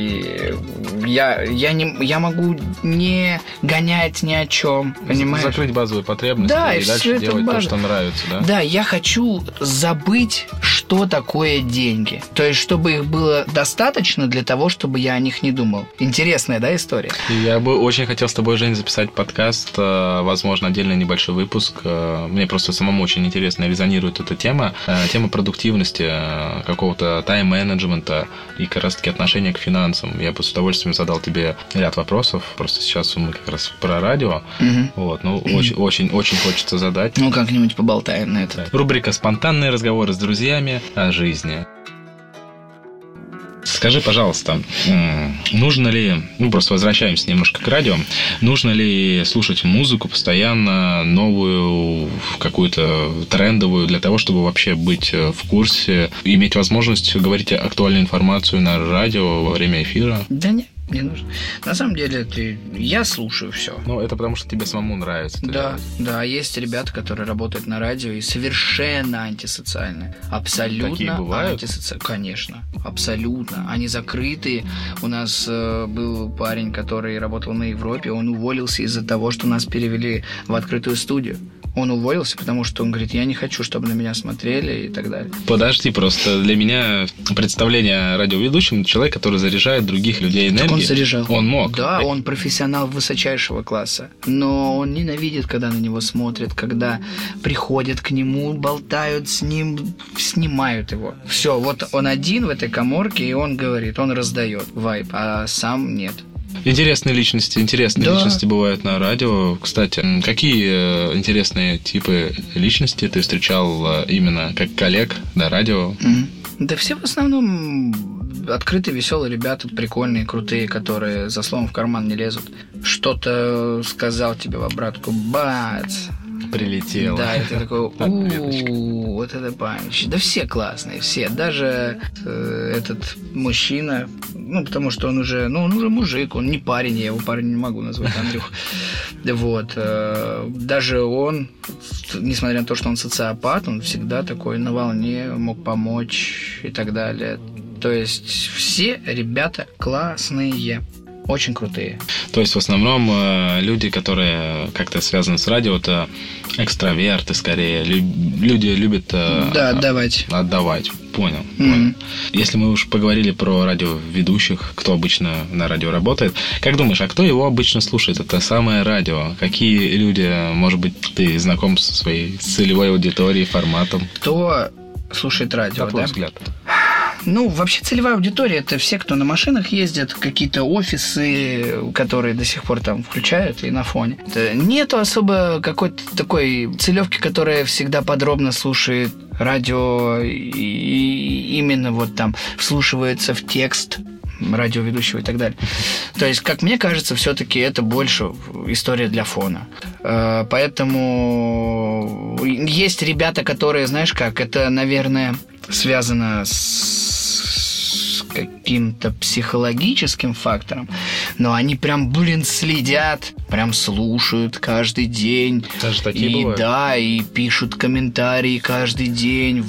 A: я могу не гонять ни о чем, понимаешь?
C: Закрыть базовые потребности,
A: да,
C: и дальше делать то, что нравится, да?
A: Да, я хочу забыть, что такое деньги. То есть, чтобы их было достаточно для того, чтобы я о них не думал. Интересная, да, история?
C: Я бы очень хотел с тобой, Жень, записать подкаст, возможно, отдельный небольшой выпуск. Мне просто самому очень интересно резонирует эта тема. Тема продуктивности, какого-то тайм-менеджмента и как раз-таки отношения к финансам. Я бы с удовольствием задал тебе ряд вопросов. Просто сейчас мы как раз про радио. Вот, очень хочется задать.
A: Как-нибудь поболтаем на это.
C: Рубрика «Спонтанные разговоры с друзьями о жизни». Скажи, пожалуйста, нужно ли, просто возвращаемся немножко к радио, нужно ли слушать музыку постоянно, новую, какую-то трендовую, для того, чтобы вообще быть в курсе, иметь возможность говорить актуальную информацию на радио во время эфира?
A: Да нет. Не нужно. На самом деле, я слушаю все.
C: Это потому, что тебе самому нравится.
A: Да, есть ребята, которые работают на радио и совершенно антисоциальные. Абсолютно.
C: Такие бывают?
A: Конечно, абсолютно. Они закрытые. У нас был парень, который работал на Европе, он уволился из-за того, что нас перевели в открытую студию. Он уволился, потому что он говорит, я не хочу, чтобы на меня смотрели и так далее.
C: Подожди, просто для меня представление о радиоведущем — человек, который заряжает других людей энергией.
A: Он заряжал.
C: Он мог.
A: Да, он профессионал высочайшего класса. Но он ненавидит, когда на него смотрят, когда приходят к нему, болтают с ним, снимают его. Все, вот он один в этой каморке, и он говорит, он раздает вайб, а сам нет.
C: Интересные личности бывают на радио. Кстати, какие интересные типы личности ты встречал именно как коллег на радио?
A: Да все в основном открытые, веселые ребята, прикольные, крутые, которые за словом в карман не лезут. Что-то сказал тебе в обратку, бац!
C: Прилетело.
A: Да, и ты такой, вот это панч. Да все классные, все. Даже этот мужчина, потому что он уже мужик, он не парень, я его парень не могу назвать, Андрюх. Вот. Даже он, несмотря на то, что он социопат, он всегда такой на волне, мог помочь и так далее. То есть все ребята классные. Очень крутые.
C: То есть в основном люди, которые как-то связаны с радио, это экстраверты скорее. Люди любят отдавать. Понял. Если мы уж поговорили про радиоведущих, кто обычно на радио работает, как думаешь, а кто его обычно слушает? Это самое радио. Какие люди, может быть, ты знаком со своей целевой аудиторией, форматом?
A: Кто слушает радио,
C: на твой взгляд?
A: Ну, вообще целевая аудитория – это все, кто на машинах ездит, какие-то офисы, которые до сих пор там включают и на фоне. Нету особо какой-то такой целевки, которая всегда подробно слушает радио и именно вот там вслушивается в текст радиоведущего и так далее. То есть, как мне кажется, все-таки это больше история для фона. Поэтому есть ребята, которые, знаешь как, это, наверное, связано с каким-то психологическим фактором, но они прям, следят, прям слушают каждый день.
C: Даже такие бывают?
A: Да, и пишут комментарии каждый день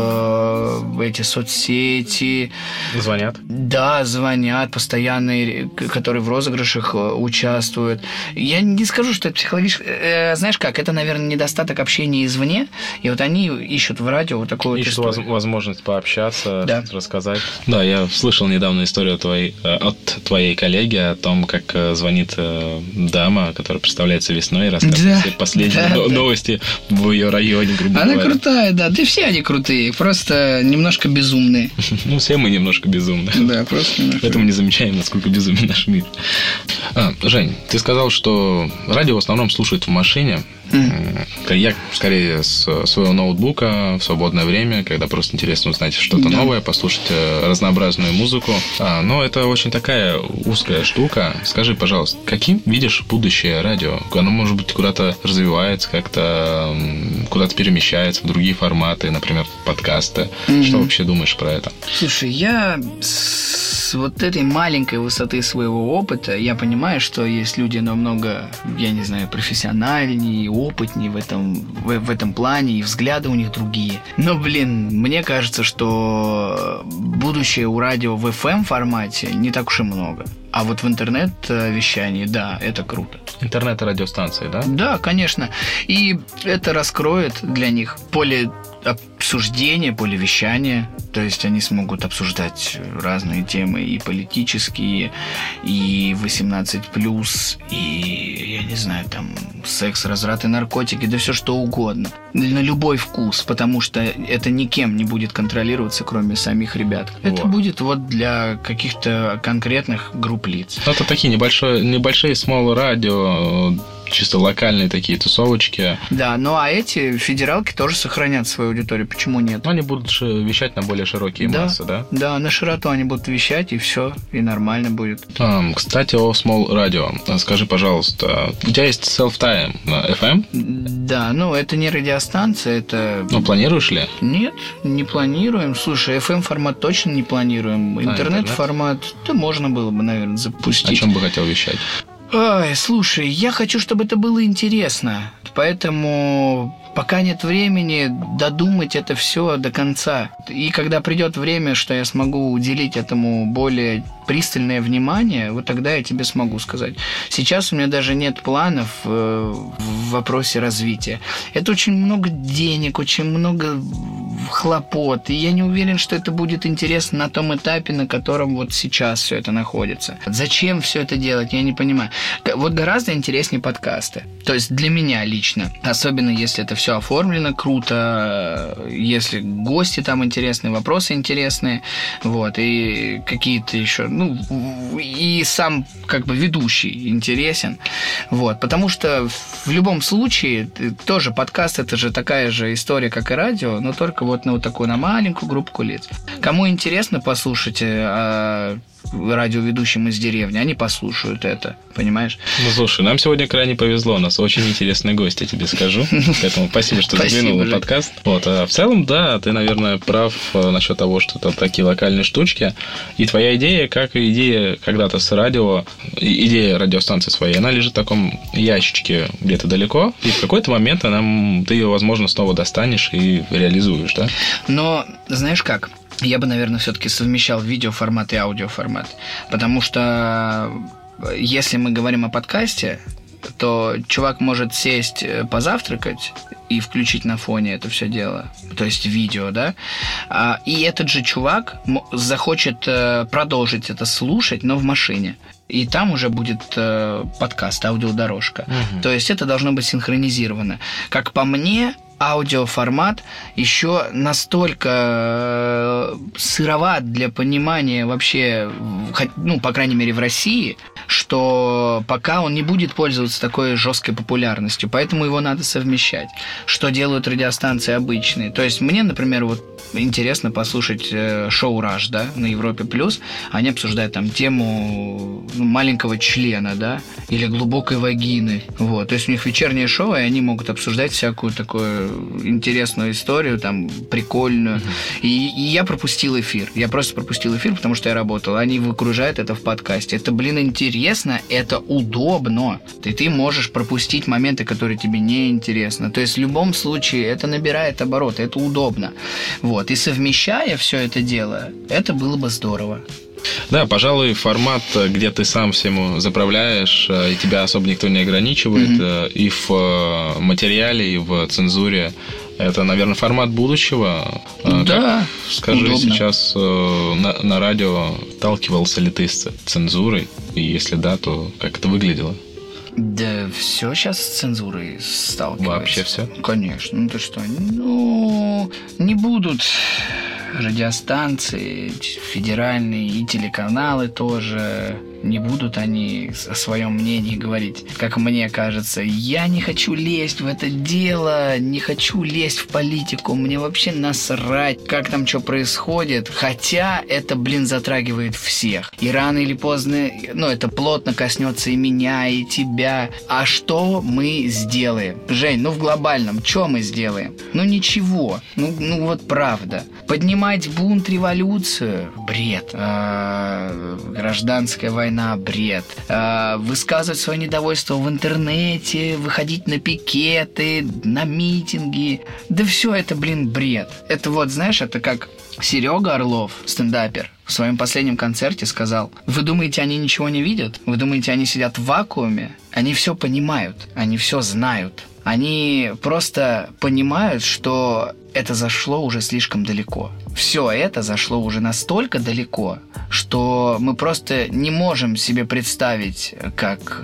A: в эти соцсети.
C: Звонят?
A: Да, звонят, постоянные, которые в розыгрышах участвуют. Я не скажу, что это психологически... Знаешь как, это, наверное, недостаток общения извне, и вот они ищут в радио вот такую
C: ищут
A: вот историю.
C: Возможность пообщаться,
A: да.
C: Рассказать. Да, я слышал недавно историю от твоей коллеги о том, как звонит дама, которая представляется весной, и рассказывает все последние новости в ее районе, грубо говоря.
A: Она крутая, да. Да все они крутые, просто немножко безумные.
C: Ну, все мы немножко безумные.
A: Да, просто немножко.
C: Поэтому не замечаем, насколько безумен наш мир. Жень, ты сказал, что радио в основном слушают в машине. Я скорее с своего ноутбука в свободное время, когда просто интересно узнать что-то новое, послушать разнообразную музыку. Но это очень такая узкая штука. Скажи, пожалуйста, каким видишь будущее радио? Оно, может быть, куда-то развивается, как-то куда-то перемещается в другие форматы, например, подкасты. Что вообще думаешь про это?
A: Слушай, я с вот этой маленькой высоты своего опыта, я понимаю, что есть люди намного, я не знаю, профессиональнее, опытнее в этом плане, и взгляды у них другие. Но, мне кажется, что будущее у радио в FM-формате не так уж и много. А вот в интернет-вещании, да, это круто.
C: Интернет-радиостанции, да?
A: Да, конечно. И это раскроет для них поле обсуждения, поле вещания. То есть они смогут обсуждать разные темы и политические, и 18+, и, я не знаю, там, секс, разврат и наркотики, да все что угодно. На любой вкус, потому что это никем не будет контролироваться, кроме самих ребят. Вот. Это будет вот для каких-то конкретных групп лиц.
C: Это такие небольшие small радио, чисто локальные такие тусовочки.
A: Да, ну а эти федералки тоже сохранят свою аудиторию. Почему нет?
C: Но они будут вещать на более широкие массы, да?
A: Да, на широту они будут вещать, и все, и нормально будет.
C: Кстати, о small радио. Скажи, пожалуйста, у тебя есть self-time на FM?
A: Да, это не радиостанция, это...
C: Планируешь ли?
A: Нет, не планируем. Слушай, FM-формат точно не планируем. Интернет-формат, можно было бы, наверное, запустить.
C: О чем бы хотел вещать?
A: Ой, слушай, я хочу, чтобы это было интересно, поэтому пока нет времени додумать это все до конца. И когда придет время, что я смогу уделить этому более пристальное внимание, вот тогда я тебе смогу сказать. Сейчас у меня даже нет планов в вопросе развития. Это очень много денег, очень много хлопот, и я не уверен, что это будет интересно на том этапе, на котором вот сейчас все это находится. Зачем все это делать, я не понимаю. Вот гораздо интереснее подкасты. То есть для меня лично. Особенно если это все оформлено круто, если гости там интересные, вопросы интересные, вот, и какие-то еще, и сам как бы ведущий интересен, вот, потому что в любом случае тоже подкаст это же такая же история, как и радио, но только вот на вот такую, на маленькую группку лиц. Кому интересно, послушайте радиоведущим из деревни, они послушают это, понимаешь?
C: Слушай, нам сегодня крайне повезло, у нас очень интересный гость, я тебе скажу, поэтому Спасибо, что заглянул на подкаст. Вот, а в целом, да, ты, наверное, прав насчет того, что это такие локальные штучки. И твоя идея, как и идея когда-то с радио, идея радиостанции своей, она лежит в таком ящичке где-то далеко, и в какой-то момент ты ее, возможно, снова достанешь и реализуешь, да?
A: Но, знаешь как? Я бы, наверное, все-таки совмещал видеоформат и аудиоформат. Потому что если мы говорим о подкасте, то чувак может сесть позавтракать и включить на фоне это все дело, то есть видео, да, и этот же чувак захочет продолжить это слушать, но в машине. И там уже будет подкаст, аудиодорожка. То есть это должно быть синхронизировано. Как по мне, аудиоформат еще настолько сыроват для понимания вообще, ну, по крайней мере, в России, что пока он не будет пользоваться такой жесткой популярностью, поэтому его надо совмещать. Что делают радиостанции обычные? То есть мне, например, вот интересно послушать шоу «Раш», да, на Европе+. Они обсуждают там тему маленького члена, да, или глубокой вагины. Вот. То есть у них вечернее шоу, и они могут обсуждать всякую такую интересную историю, там, прикольную. И я пропустил эфир. Я просто пропустил эфир, потому что я работал. Они выгружают это в подкасте. Это, интересно, это удобно. Ты можешь пропустить моменты, которые тебе не интересны. То есть в любом случае это набирает обороты, это удобно. Вот. И совмещая все это дело, это было бы здорово.
C: Да, пожалуй, формат, где ты сам всему заправляешь, и тебя особо никто не ограничивает, и в материале, и в цензуре. Это, наверное, формат будущего.
A: Да,
C: скажи,
A: удобно.
C: сейчас на радио сталкивался ли ты с цензурой? И если да, то как это выглядело?
A: Да, все сейчас с цензурой сталкивается.
C: Вообще все?
A: Конечно. Ну ты что? Ну, не будут радиостанции федеральные и телеканалы тоже, не будут они о своем мнении говорить. Как мне кажется, я не хочу лезть в это дело, не хочу лезть в политику, мне вообще насрать, как там что происходит, хотя это, затрагивает всех. И рано или поздно, это плотно коснется и меня, и тебя. А что мы сделаем? Жень, в глобальном, что мы сделаем? Ничего. Вот правда. Поднимать бунт, революцию – бред. Гражданская война – бред. Высказывать свое недовольство в интернете, выходить на пикеты, на митинги – да все это, бред. Это знаешь, это как Серега Орлов, стендапер, в своем последнем концерте сказал: вы думаете, они ничего не видят? Вы думаете, они сидят в вакууме? Они все понимают, они все знают. Они просто понимают, что это зашло уже слишком далеко. Все это зашло уже настолько далеко, что мы просто не можем себе представить, как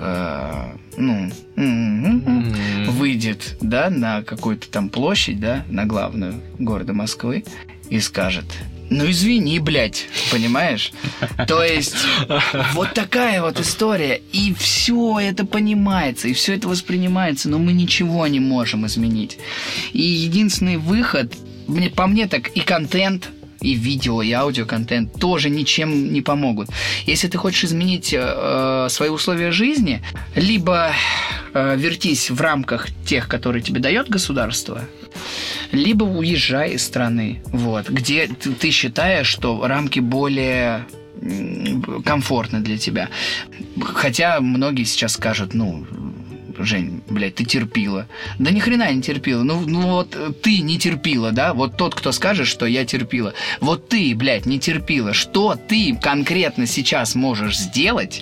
A: выйдет, да, на какую-то там площадь, да, на главную города Москвы и скажет: извини, блядь, понимаешь? То есть вот такая вот история, и все это понимается, и все это воспринимается, но мы ничего не можем изменить. И единственный выход, по мне так, и контент, и видео, и аудиоконтент тоже ничем не помогут. Если ты хочешь изменить свои условия жизни, либо вертись в рамках тех, которые тебе дает государство, либо уезжай из страны, где ты считаешь, что рамки более комфортны для тебя. Хотя многие сейчас скажут: Жень, блядь, ты терпила. Да ни хрена не терпила. Ты не терпила, да? Вот тот, кто скажет, что я терпила. Вот ты, блядь, не терпила. Что ты конкретно сейчас можешь сделать,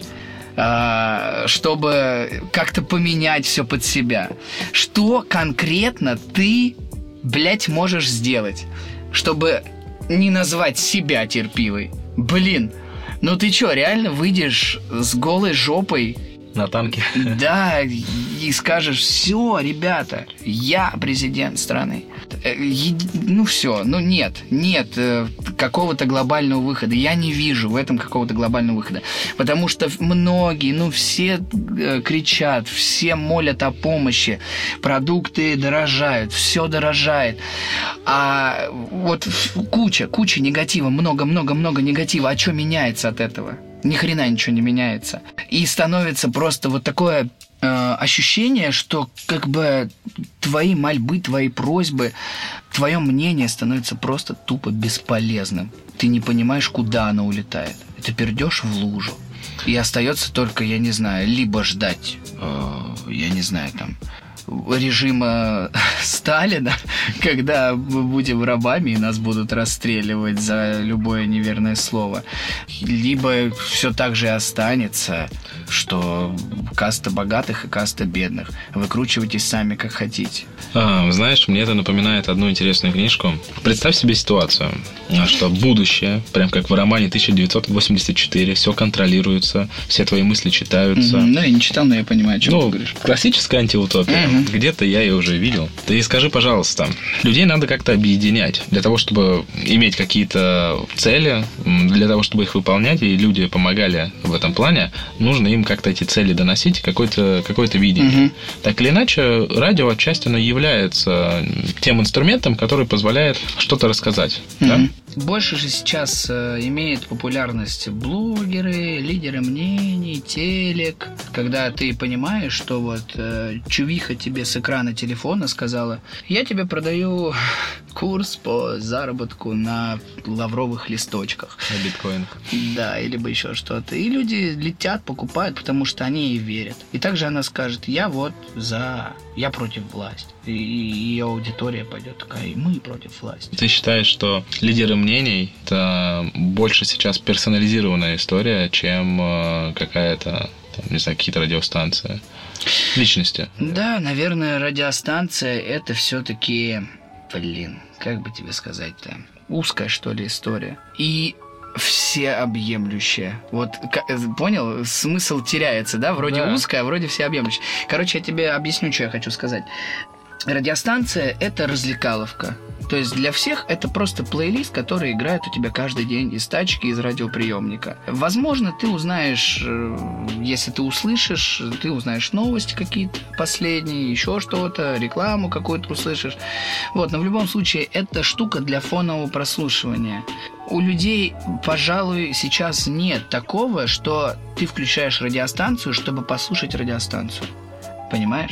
A: чтобы как-то поменять все под себя? Что конкретно ты, блядь, можешь сделать, чтобы не назвать себя терпилой? Ты что, реально выйдешь с голой жопой
C: на танке?
A: Да, и скажешь: все, ребята, я президент страны. Все, нет какого-то глобального выхода. Я не вижу в этом какого-то глобального выхода. Потому что многие, все кричат, все молят о помощи. Продукты дорожают, все дорожает. А куча негатива, много негатива. А что меняется от этого? Ни хрена ничего не меняется. И становится просто такое ощущение, что как бы твои мольбы, твои просьбы, твое мнение становится просто тупо бесполезным. Ты не понимаешь, куда оно улетает. Ты пердешь в лужу. И остается только, я не знаю, либо ждать, я не знаю, там, режима Сталина, когда мы будем рабами и нас будут расстреливать за любое неверное слово, либо все так же и останется, что каста богатых и каста бедных. Выкручивайтесь сами, как хотите.
C: Знаешь, мне это напоминает одну интересную книжку. Представь себе ситуацию, что будущее, прям как в романе 1984, все контролируется, все твои мысли читаются.
A: Ну, я не читал, но я понимаю, о чем ты говоришь.
C: Классическая антиутопия. Где-то я ее уже видел. Ты скажи, пожалуйста, людей надо как-то объединять для того, чтобы иметь какие-то цели, для того, чтобы их выполнять, и люди помогали в этом плане, нужно им как-то эти цели доносить, какое-то видение. Так или иначе, радио отчасти оно является тем инструментом, который позволяет что-то рассказать. Да?
A: Больше же сейчас имеет популярность блогеры, лидеры мнений, телек, когда ты понимаешь, что вот чувиха тебе с экрана телефона сказала: я тебе продаю курс по заработку на лавровых листочках.
C: На биткоинах.
A: Да, или бы еще что-то. И люди летят, покупают, потому что они ей верят. И также она скажет: я против власти. И ее аудитория пойдет такая: и мы против власти.
C: Ты считаешь, что лидеры мнений — это больше сейчас персонализированная история, чем какая-то, не знаю, какие-то радиостанции? Личности.
A: Да, наверное, радиостанция — это все-таки, как бы тебе сказать-то, узкая, что ли, история. И всеобъемлющая. Вот, понял? Смысл теряется, да? Вроде узкая, а вроде всеобъемлющая. Короче, я тебе объясню, что я хочу сказать. Радиостанция — это развлекаловка. То есть для всех это просто плейлист, который играет у тебя каждый день из тачки, из радиоприемника. Возможно, ты узнаешь, если ты услышишь, ты узнаешь новости какие-то последние, еще что-то, рекламу какую-то услышишь. Вот, но в любом случае это штука для фонового прослушивания. У людей, пожалуй, сейчас нет такого, что ты включаешь радиостанцию, чтобы послушать радиостанцию. Понимаешь?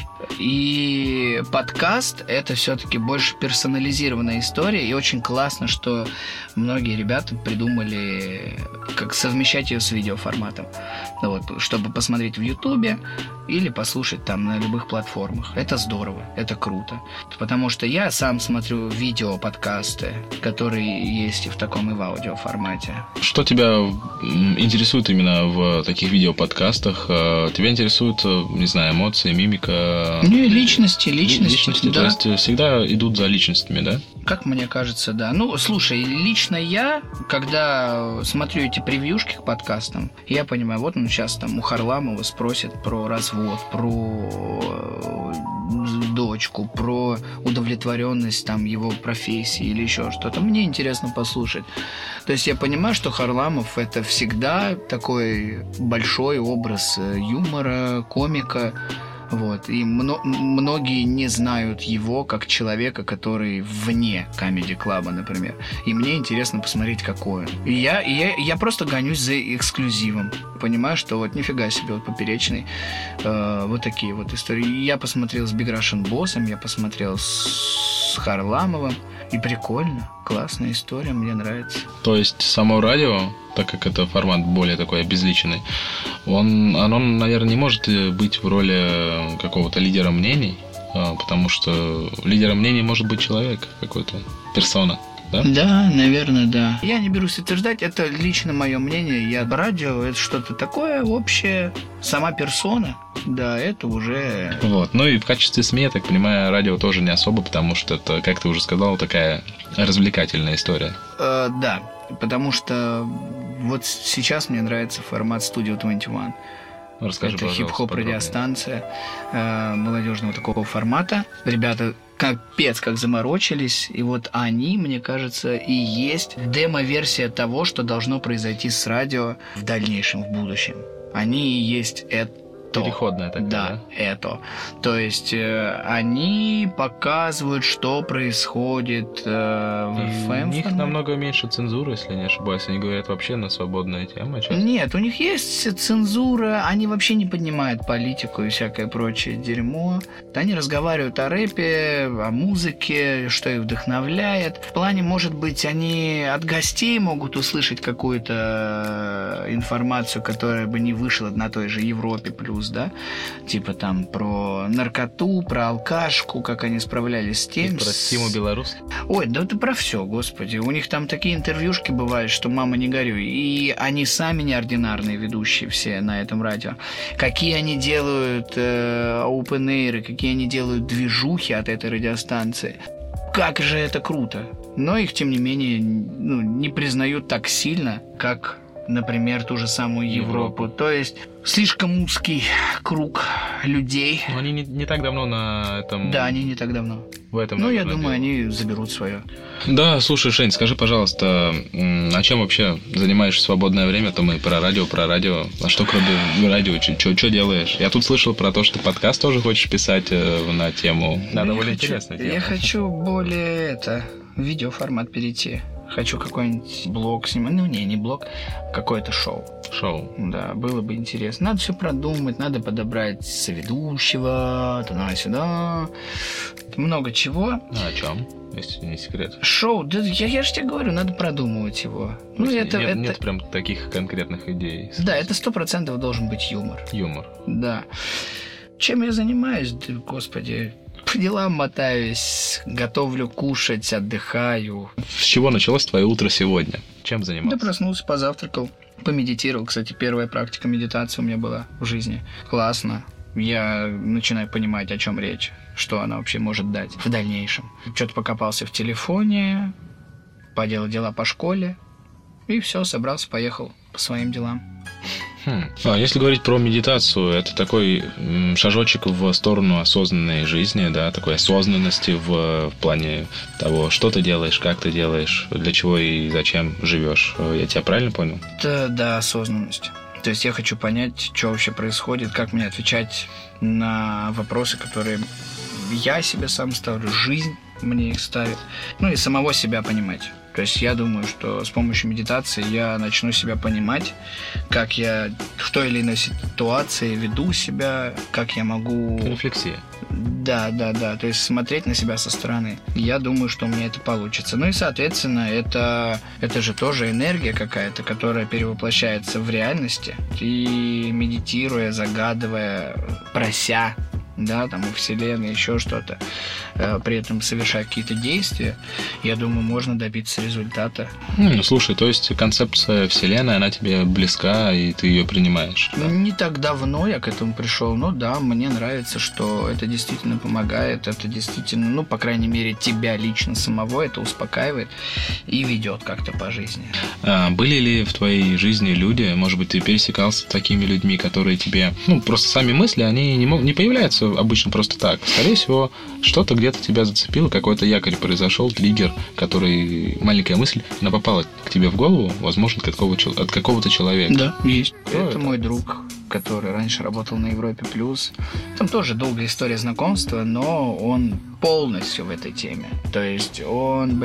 A: И подкаст — это все-таки больше персонализированная история, и очень классно, что многие ребята придумали, как совмещать ее с видеоформатом. Вот, чтобы посмотреть в Ютубе или послушать там на любых платформах. Это здорово, это круто. Потому что я сам смотрю видео-подкасты, которые есть и в таком, и в аудиоформате.
C: Что тебя интересует именно в таких видеоподкастах? Тебя интересуют, не знаю, эмоции, мимика?
A: Ну и личности,
C: да. То есть всегда идут за личностями, да?
A: Как мне кажется, да. Ну, слушай, лично я, когда смотрю эти превьюшки к подкастам, я понимаю, вот он сейчас там у Харламова спросит про развод, про дочку, про удовлетворенность там его профессии или еще что-то. Мне интересно послушать. То есть я понимаю, что Харламов — это всегда такой большой образ юмора, комика. Вот. И многие не знают его как человека, который вне Comedy Club, например. И мне интересно посмотреть, какой он. И я просто гонюсь за эксклюзивом. Понимаю, что вот нифига себе, вот Поперечный. Вот такие вот истории. Я посмотрел с Big Russian Boss'ом, я посмотрел с Харламовым. И прикольно. Классная история, мне нравится.
C: То есть само радио, так как это формат более такой обезличенный, оно, наверное, не может быть в роли какого-то лидера мнений, потому что лидером мнений может быть человек какой-то, персона. Да?
A: Да, наверное, да. Я не берусь утверждать, это лично мое мнение. Радио — это что-то такое общее, сама персона, да, это уже...
C: Вот, ну и в качестве СМИ, я так понимаю, радио тоже не особо, потому что это, как ты уже сказал, такая развлекательная история.
A: Да, потому что вот сейчас мне нравится формат Studio 21.
C: Расскажи,
A: это хип-хоп радиостанция молодежного такого формата. Ребята капец как заморочились, и вот они, мне кажется, и есть демо-версия того, что должно произойти с радио в дальнейшем, в будущем. Они и есть
C: Переходная такая, да?
A: Это. То есть они показывают, что происходит в
C: У них намного меньше цензуры, если не ошибаюсь. Они говорят вообще на свободные темы. Часто.
A: Нет, у них есть цензура, они вообще не поднимают политику и всякое прочее дерьмо. Они разговаривают о рэпе, о музыке, что их вдохновляет. В плане, может быть, они от гостей могут услышать какую-то информацию, которая бы не вышла на той же Европе плюс, да? Типа там про наркоту, про алкашку, как они справлялись с тем.
C: И про Тиму Белорус.
A: Ой, да это про все, господи. У них там такие интервьюшки бывают, что мама не горюй. И они сами неординарные ведущие все на этом радио. Какие они делают open-air, какие они делают движухи от этой радиостанции. Как же это круто. Но их, тем не менее, не признают так сильно, как, например, ту же самую Европу. То есть слишком узкий круг людей.
C: Но они не так давно на этом...
A: Да, они не так давно.
C: В этом,
A: я думаю, они заберут свое.
C: Да, слушай, Жень, скажи, пожалуйста, а чем вообще занимаешься в свободное время? То мы про радио. А что кроме радио? Что делаешь? Я тут слышал про то, что подкаст тоже хочешь писать на тему. Да, довольно интересная тема.
A: Я хочу более видеоформат перейти. Хочу какой-нибудь блог снимать. Не блог, какое-то шоу. Да, было бы интересно. Надо все продумать, надо подобрать соведущего, туда-сюда. Много чего.
C: А о чем? Если не секрет.
A: Шоу, да я же тебе говорю, надо продумывать его.
C: Нет прям таких конкретных идей.
A: Да, это 100% должен быть юмор. Да. Чем я занимаюсь, господи... По делам мотаюсь, готовлю кушать, отдыхаю.
C: С чего началось твое утро сегодня? Чем занимался?
A: Да проснулся, позавтракал, помедитировал. Кстати, первая практика медитации у меня была в жизни. Классно. Я начинаю понимать, о чем речь, что она вообще может дать в дальнейшем. Что-то покопался в телефоне, поделал дела по школе, и все, собрался, поехал по своим делам.
C: Если говорить про медитацию, это такой шажочек в сторону осознанной жизни, да, такой осознанности в плане того, что ты делаешь, как ты делаешь, для чего и зачем живешь. Я тебя правильно понял?
A: Да, осознанность. То есть я хочу понять, что вообще происходит, как мне отвечать на вопросы, которые я себе сам ставлю, жизнь мне их ставит, и самого себя понимать. То есть я думаю, что с помощью медитации я начну себя понимать, как я в той или иной ситуации веду себя, как я могу...
C: Рефлексия.
A: Да. То есть смотреть на себя со стороны. Я думаю, что у меня это получится. И, соответственно, это же тоже энергия какая-то, которая перевоплощается в реальности. И медитируя, загадывая, прося, да, там у Вселенной еще что-то, при этом совершая какие-то действия, я думаю, можно добиться результата.
C: Слушай, то есть концепция Вселенной, она тебе близка, и ты ее принимаешь? Да?
A: Не так давно я к этому пришел, но да, мне нравится, что это действительно помогает, это действительно, по крайней мере, тебя лично самого это успокаивает и ведет как-то по жизни.
C: Были ли в твоей жизни люди, может быть, ты пересекался с такими людьми, которые тебе, просто сами мысли, они не появляются обычно просто так. Скорее всего, что-то где-то тебя зацепило, какой-то якорь произошел, триггер, который, маленькая мысль, она попала к тебе в голову, возможно, от какого-то человека.
A: Да, есть. Это мой друг, который раньше работал на Европе Плюс. Там тоже долгая история знакомства, но он полностью в этой теме. То есть он,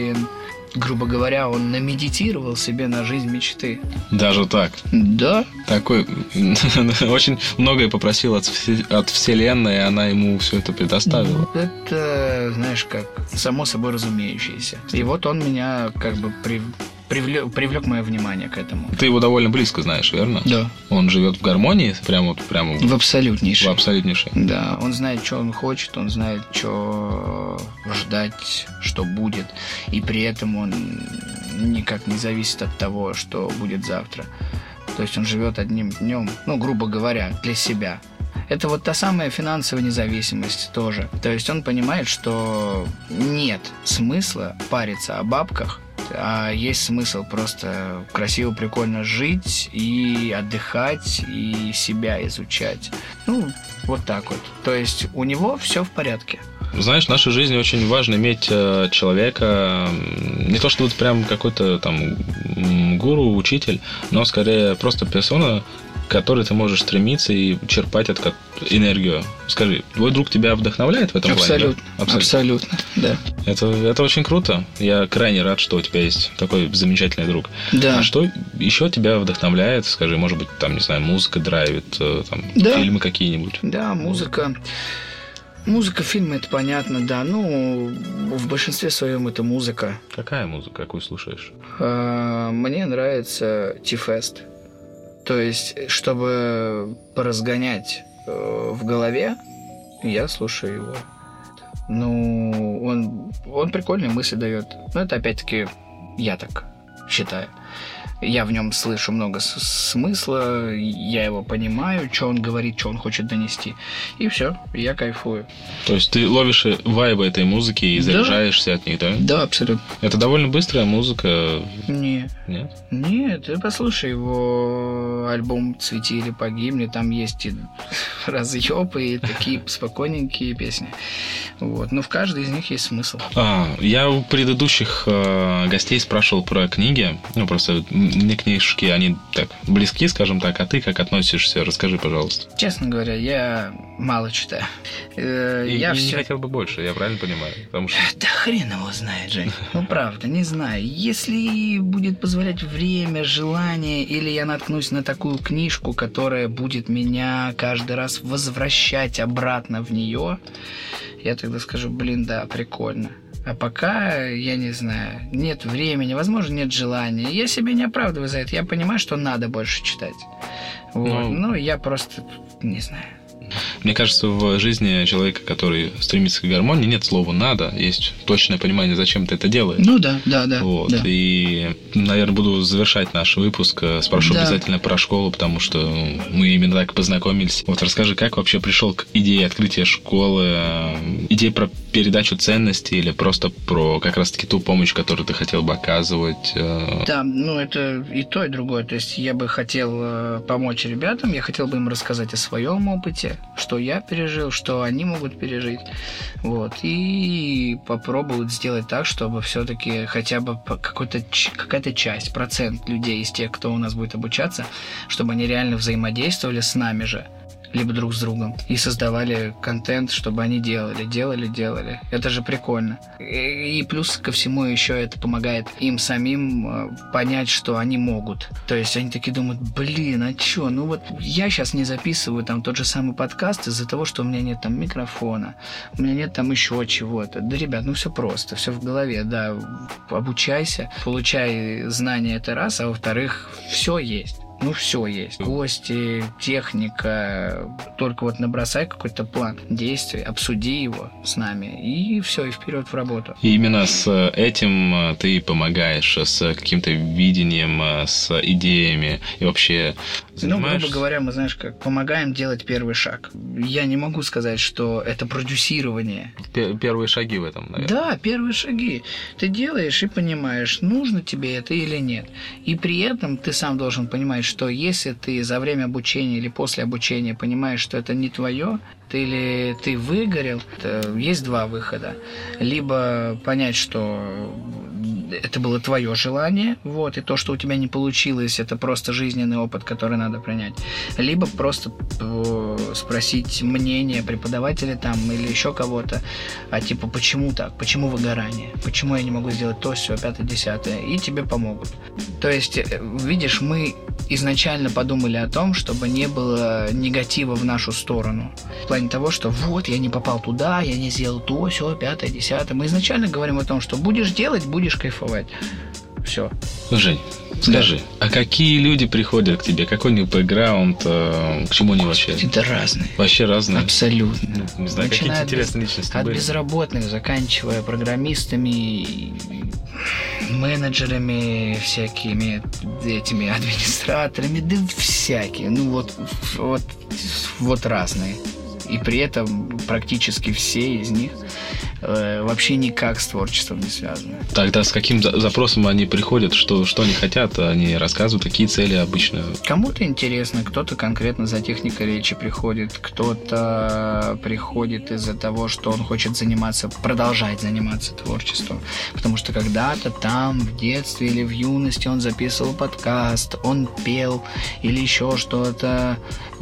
A: грубо говоря, он намедитировал себе на жизнь мечты.
C: Даже так?
A: Да.
C: Такой очень многое попросил от Вселенной, и она ему все это предоставила.
A: Это, знаешь, как само собой разумеющееся. И вот он меня как бы привлек мое внимание к этому.
C: Ты его довольно близко знаешь, верно?
A: Да.
C: Он живет в гармонии, прямо
A: в абсолютнейшей.
C: В абсолютнейшей.
A: Да, он знает, что он хочет, он знает, что ждать, что будет, и при этом он никак не зависит от того, что будет завтра. То есть он живет одним днем, грубо говоря, для себя. Это вот та самая финансовая независимость тоже. То есть он понимает, что нет смысла париться о бабках, а есть смысл просто красиво, прикольно жить и отдыхать, и себя изучать. Вот так вот. То есть у него все в порядке.
C: Знаешь, в нашей жизни очень важно иметь человека, не то что вот прям какой-то там гуру, учитель, но скорее просто персона, который ты можешь стремиться и черпать энергию. Скажи, твой друг тебя вдохновляет в этом плане? Да?
A: Абсолютно, да.
C: Это очень круто. Я крайне рад, что у тебя есть такой замечательный друг.
A: Да.
C: А что еще тебя вдохновляет? Скажи, может быть, там, не знаю, музыка драйвит, там, фильмы какие-нибудь?
A: Да, музыка. Музыка, фильмы, это понятно, да. Ну, в большинстве своем это музыка.
C: Какая музыка, какую слушаешь?
A: Мне нравится Ти-Фест. То есть, чтобы поразгонять в голове, я слушаю его. Ну, он прикольные мысли дает. Но это опять-таки я так считаю. Я в нем слышу много смысла, я его понимаю, что он говорит, что он хочет донести. И все, я кайфую.
C: То есть ты ловишь вайбы этой музыки и заряжаешься от них, да?
A: Да, абсолютно.
C: Это довольно быстрая музыка.
A: Нет.
C: Нет?
A: Нет, ты послушай его альбом «Цвети или погибни», там есть и разъёбы, и такие спокойненькие песни. Вот. Но в каждой из них есть смысл.
C: Я у предыдущих гостей спрашивал про книги. Ну, просто мне книжки, они так близки, скажем так. А ты как относишься? Расскажи, пожалуйста.
A: Честно говоря, я мало читаю.
C: Я не хотел бы больше, я правильно понимаю? Потому что...
A: Да хрен его знает, Жень. Ну, правда, не знаю. Если будет позволять время, желание, или я наткнусь на такую книжку, которая будет меня каждый раз возвращать обратно в нее, я тогда скажу, да, прикольно. А пока, я не знаю, нет времени, возможно, нет желания. Я себя не оправдываю за это. Я понимаю, что надо больше читать. Вот. Но я просто не знаю.
C: Мне кажется, в жизни человека, который стремится к гармонии, нет слова «надо», есть точное понимание, зачем ты это делаешь.
A: Ну да.
C: Вот.
A: Да.
C: И, наверное, буду завершать наш выпуск. Спрошу обязательно про школу, потому что мы именно так познакомились. Вот расскажи, как вообще пришел к идее открытия школы, идея про передачу ценностей или просто про как раз-таки ту помощь, которую ты хотел бы оказывать?
A: Да, это и то, и другое. То есть я бы хотел помочь ребятам, я хотел бы им рассказать о своем опыте, что я пережил, что они могут пережить. Вот. И попробовать сделать так, чтобы все-таки хотя бы какая-то часть, процент людей из тех, кто у нас будет обучаться, чтобы они реально взаимодействовали с нами же, либо друг с другом, и создавали контент, чтобы они делали. Это же прикольно. И плюс ко всему еще это помогает им самим понять, что они могут. То есть они такие думают, а чё? Ну вот я сейчас не записываю там тот же самый подкаст из-за того, что у меня нет там микрофона, у меня нет там еще чего-то. Да, ребят, все просто, все в голове, да. Обучайся, получай знания, это раз, а во-вторых, все есть. Все есть. Гости, техника. Только вот набросай какой-то план действий, обсуди его с нами, и все, и вперед в работу.
C: И именно с этим ты помогаешь, с каким-то видением, с идеями и вообще занимаешься...
A: грубо говоря, мы, помогаем делать первый шаг. Я не могу сказать, что это продюсирование.
C: Первые шаги в этом, наверное.
A: Да, первые шаги. Ты делаешь и понимаешь, нужно тебе это или нет. И при этом ты сам должен понимать, что если ты за время обучения или после обучения понимаешь, что это не твое, или ты выгорел, есть два выхода. Либо понять, что это было твое желание, и то, что у тебя не получилось, это просто жизненный опыт, который надо принять. Либо просто спросить мнение преподавателя там или еще кого-то, почему так, почему выгорание, почему я не могу сделать то, все, 5-10, и тебе помогут. То есть, видишь, мы изначально подумали о том, чтобы не было негатива в нашу сторону. В плане того, что я не попал туда, я не сделал то, все, 5-10. Мы изначально говорим о том, что будешь делать, будешь кайфовать. Все.
C: Жень, скажи, а какие люди приходят к тебе? Какой у них бэкграунд? К чему они вообще?
A: Это разные.
C: Вообще разные?
A: Абсолютно.
C: Не знаю, какие интересные личности
A: от
C: были?
A: От безработных, заканчивая программистами, менеджерами, всякими этими администраторами, да всякие. Вот разные. И при этом практически все из них вообще никак с творчеством не связаны.
C: Тогда с каким запросом они приходят, что они хотят, они рассказывают, какие цели обычно?
A: Кому-то интересно, кто-то конкретно за техникой речи приходит, кто-то приходит из-за того, что он хочет продолжать заниматься творчеством. Потому что когда-то там, в детстве или в юности он записывал подкаст, он пел или еще что-то,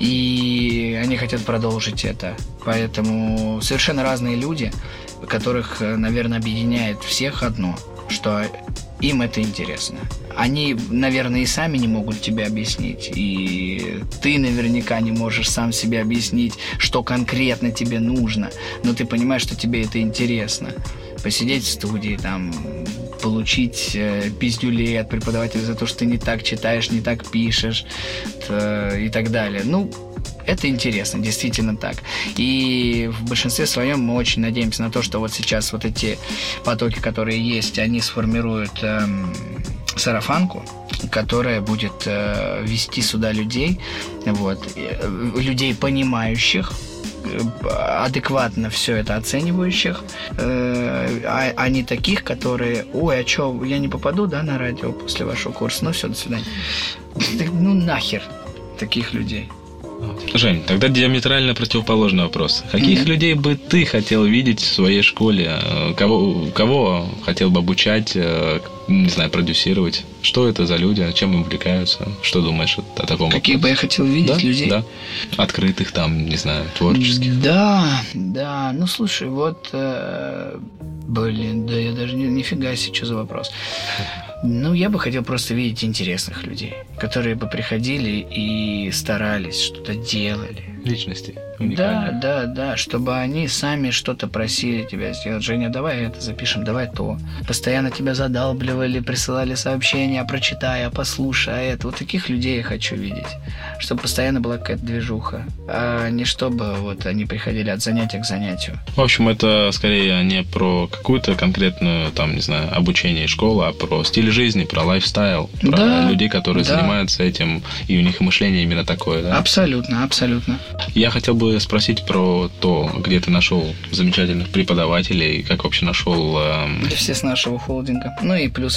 A: и они хотят продолжить это. Поэтому совершенно разные люди, которых, наверное, объединяет всех одно, что им это интересно. Они, наверное, и сами не могут тебе объяснить, и ты наверняка не можешь сам себе объяснить, что конкретно тебе нужно, но ты понимаешь, что тебе это интересно. Посидеть в студии, там, получить пиздюлей от преподавателя за то, что ты не так читаешь, не так пишешь и так далее. Ну, это интересно, действительно так. И в большинстве своем мы очень надеемся на то, что вот сейчас вот эти потоки, которые есть, они сформируют сарафанку, которая будет вести сюда людей, вот, людей, понимающих, адекватно все это оценивающих, а не таких, которые: ой, а что, я не попаду, да, на радио после вашего курса? Ну все, до свидания. Ну нахер таких людей.
C: Жень, тогда диаметрально противоположный вопрос. Каких людей бы ты хотел видеть в своей школе? Кого хотел бы обучать, не знаю, продюсировать? Что это за люди? Чем им увлекаются? Что думаешь о таком?
A: Каких бы я хотел видеть людей?
C: Да. Открытых там, не знаю, творческих.
A: Да. Ну, слушай, вот... Блин, да я даже нифига себе, что за вопрос. Ну, я бы хотел просто видеть интересных людей, которые бы приходили и старались, что-то делали.
C: Личности.
A: Да, чтобы они сами что-то просили тебя сделать. Женя, давай это запишем, давай то. Постоянно тебя задалбливали, присылали сообщения: прочитай, послушай, это. Вот таких людей я хочу видеть. Чтобы постоянно была какая-то движуха, а не чтобы вот они приходили от занятия к занятию.
C: В общем, это скорее не про какую-то конкретную, там, не знаю, обучение и школу, а про стиль жизни, про лайфстайл, про людей, которые занимаются этим, и у них мышление именно такое, да?
A: Абсолютно.
C: Я хотел бы спросить про то, где ты нашел замечательных преподавателей, как вообще нашел...
A: Все с нашего холдинга. Ну и плюс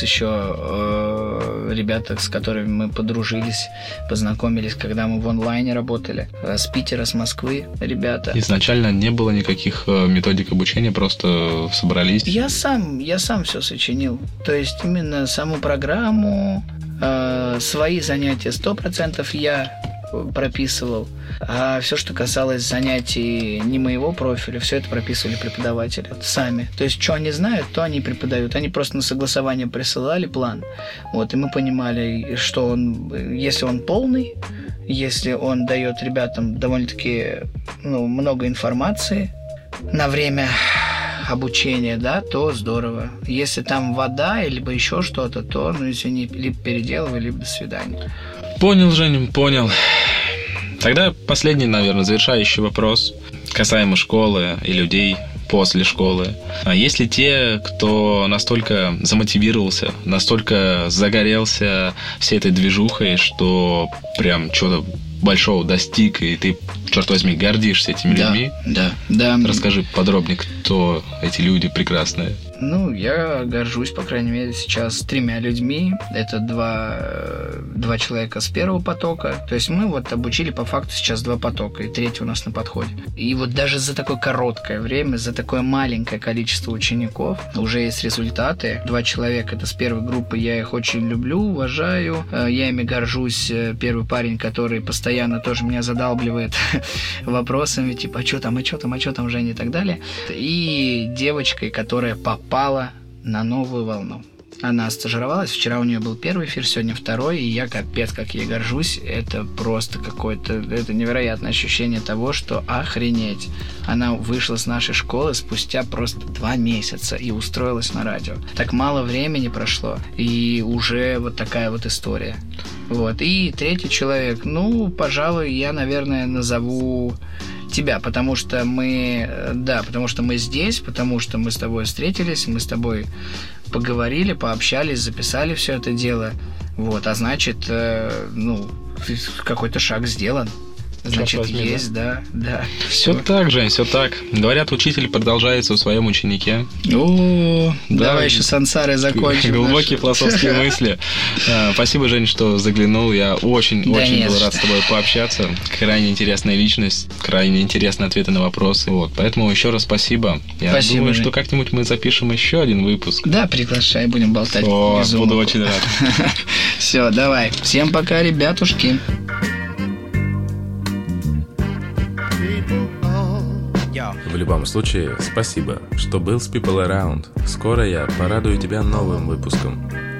A: еще ребята, с которыми мы подружились, познакомились, когда мы в онлайне работали. С Питера, с Москвы ребята.
C: Изначально не было никаких методик обучения, просто собрались?
A: Я сам все сочинил. То есть именно саму программу, свои занятия 100% я прописывал. А все, что касалось занятий не моего профиля, все это прописывали преподаватели сами. То есть, что они знают, то они преподают. Они просто на согласование присылали план. Вот, и мы понимали, что если он полный, если он дает ребятам довольно-таки много информации на время обучения, да, то здорово. Если там вода, либо еще что-то, то, извини, либо переделывай, либо до свидания.
C: Понял, Женя, понял. Тогда последний, наверное, завершающий вопрос касаемо школы и людей после школы. Есть ли те, кто настолько замотивировался, настолько загорелся всей этой движухой, что прям что-то большого достиг, и ты, черт возьми, гордишься этими людьми?
A: Да.
C: Расскажи подробнее, кто эти люди прекрасные.
A: Я горжусь, по крайней мере, сейчас 3 людьми. Это два человека с первого потока. То есть мы вот обучили по факту сейчас 2 потока, и 3 у нас на подходе. И вот даже за такое короткое время, за такое маленькое количество учеников уже есть результаты. 2 человека, это с первой группы, я их очень люблю, уважаю. Я ими горжусь. Первый парень, который постоянно тоже меня задалбливает вопросами, типа, а что там, Женя, и так далее. И девочкой, которая попала на новую волну. Она стажировалась, вчера у нее был первый эфир, сегодня 2, и я капец как ей горжусь. Это просто это невероятное ощущение того, что охренеть. Она вышла с нашей школы спустя просто 2 месяца и устроилась на радио. Так мало времени прошло, и уже вот такая вот история. Вот. И 3 человек, пожалуй, я, наверное, назову тебя, потому что мы здесь, потому что мы с тобой встретились, мы с тобой поговорили, пообщались, записали все это дело. Вот, а значит, какой-то шаг сделан. Значит,
C: возьми,
A: есть, да.
C: Все так, Жень, все так. Говорят, учитель продолжается в своем ученике.
A: О,
C: Да.
A: давай еще сансары закончим.
C: Глубокие философские мысли. Спасибо, Жень, что заглянул. Я очень был рад с тобой пообщаться. Крайне интересная личность, крайне интересные ответы на вопросы. Вот, поэтому еще раз спасибо. Я думаю, что как-нибудь мы запишем еще один выпуск.
A: Да, приглашай, будем болтать.
C: Буду очень рад.
A: Все, давай. Всем пока, ребятушки.
B: В любом случае, спасибо, что был с People Around. Скоро я порадую тебя новым выпуском.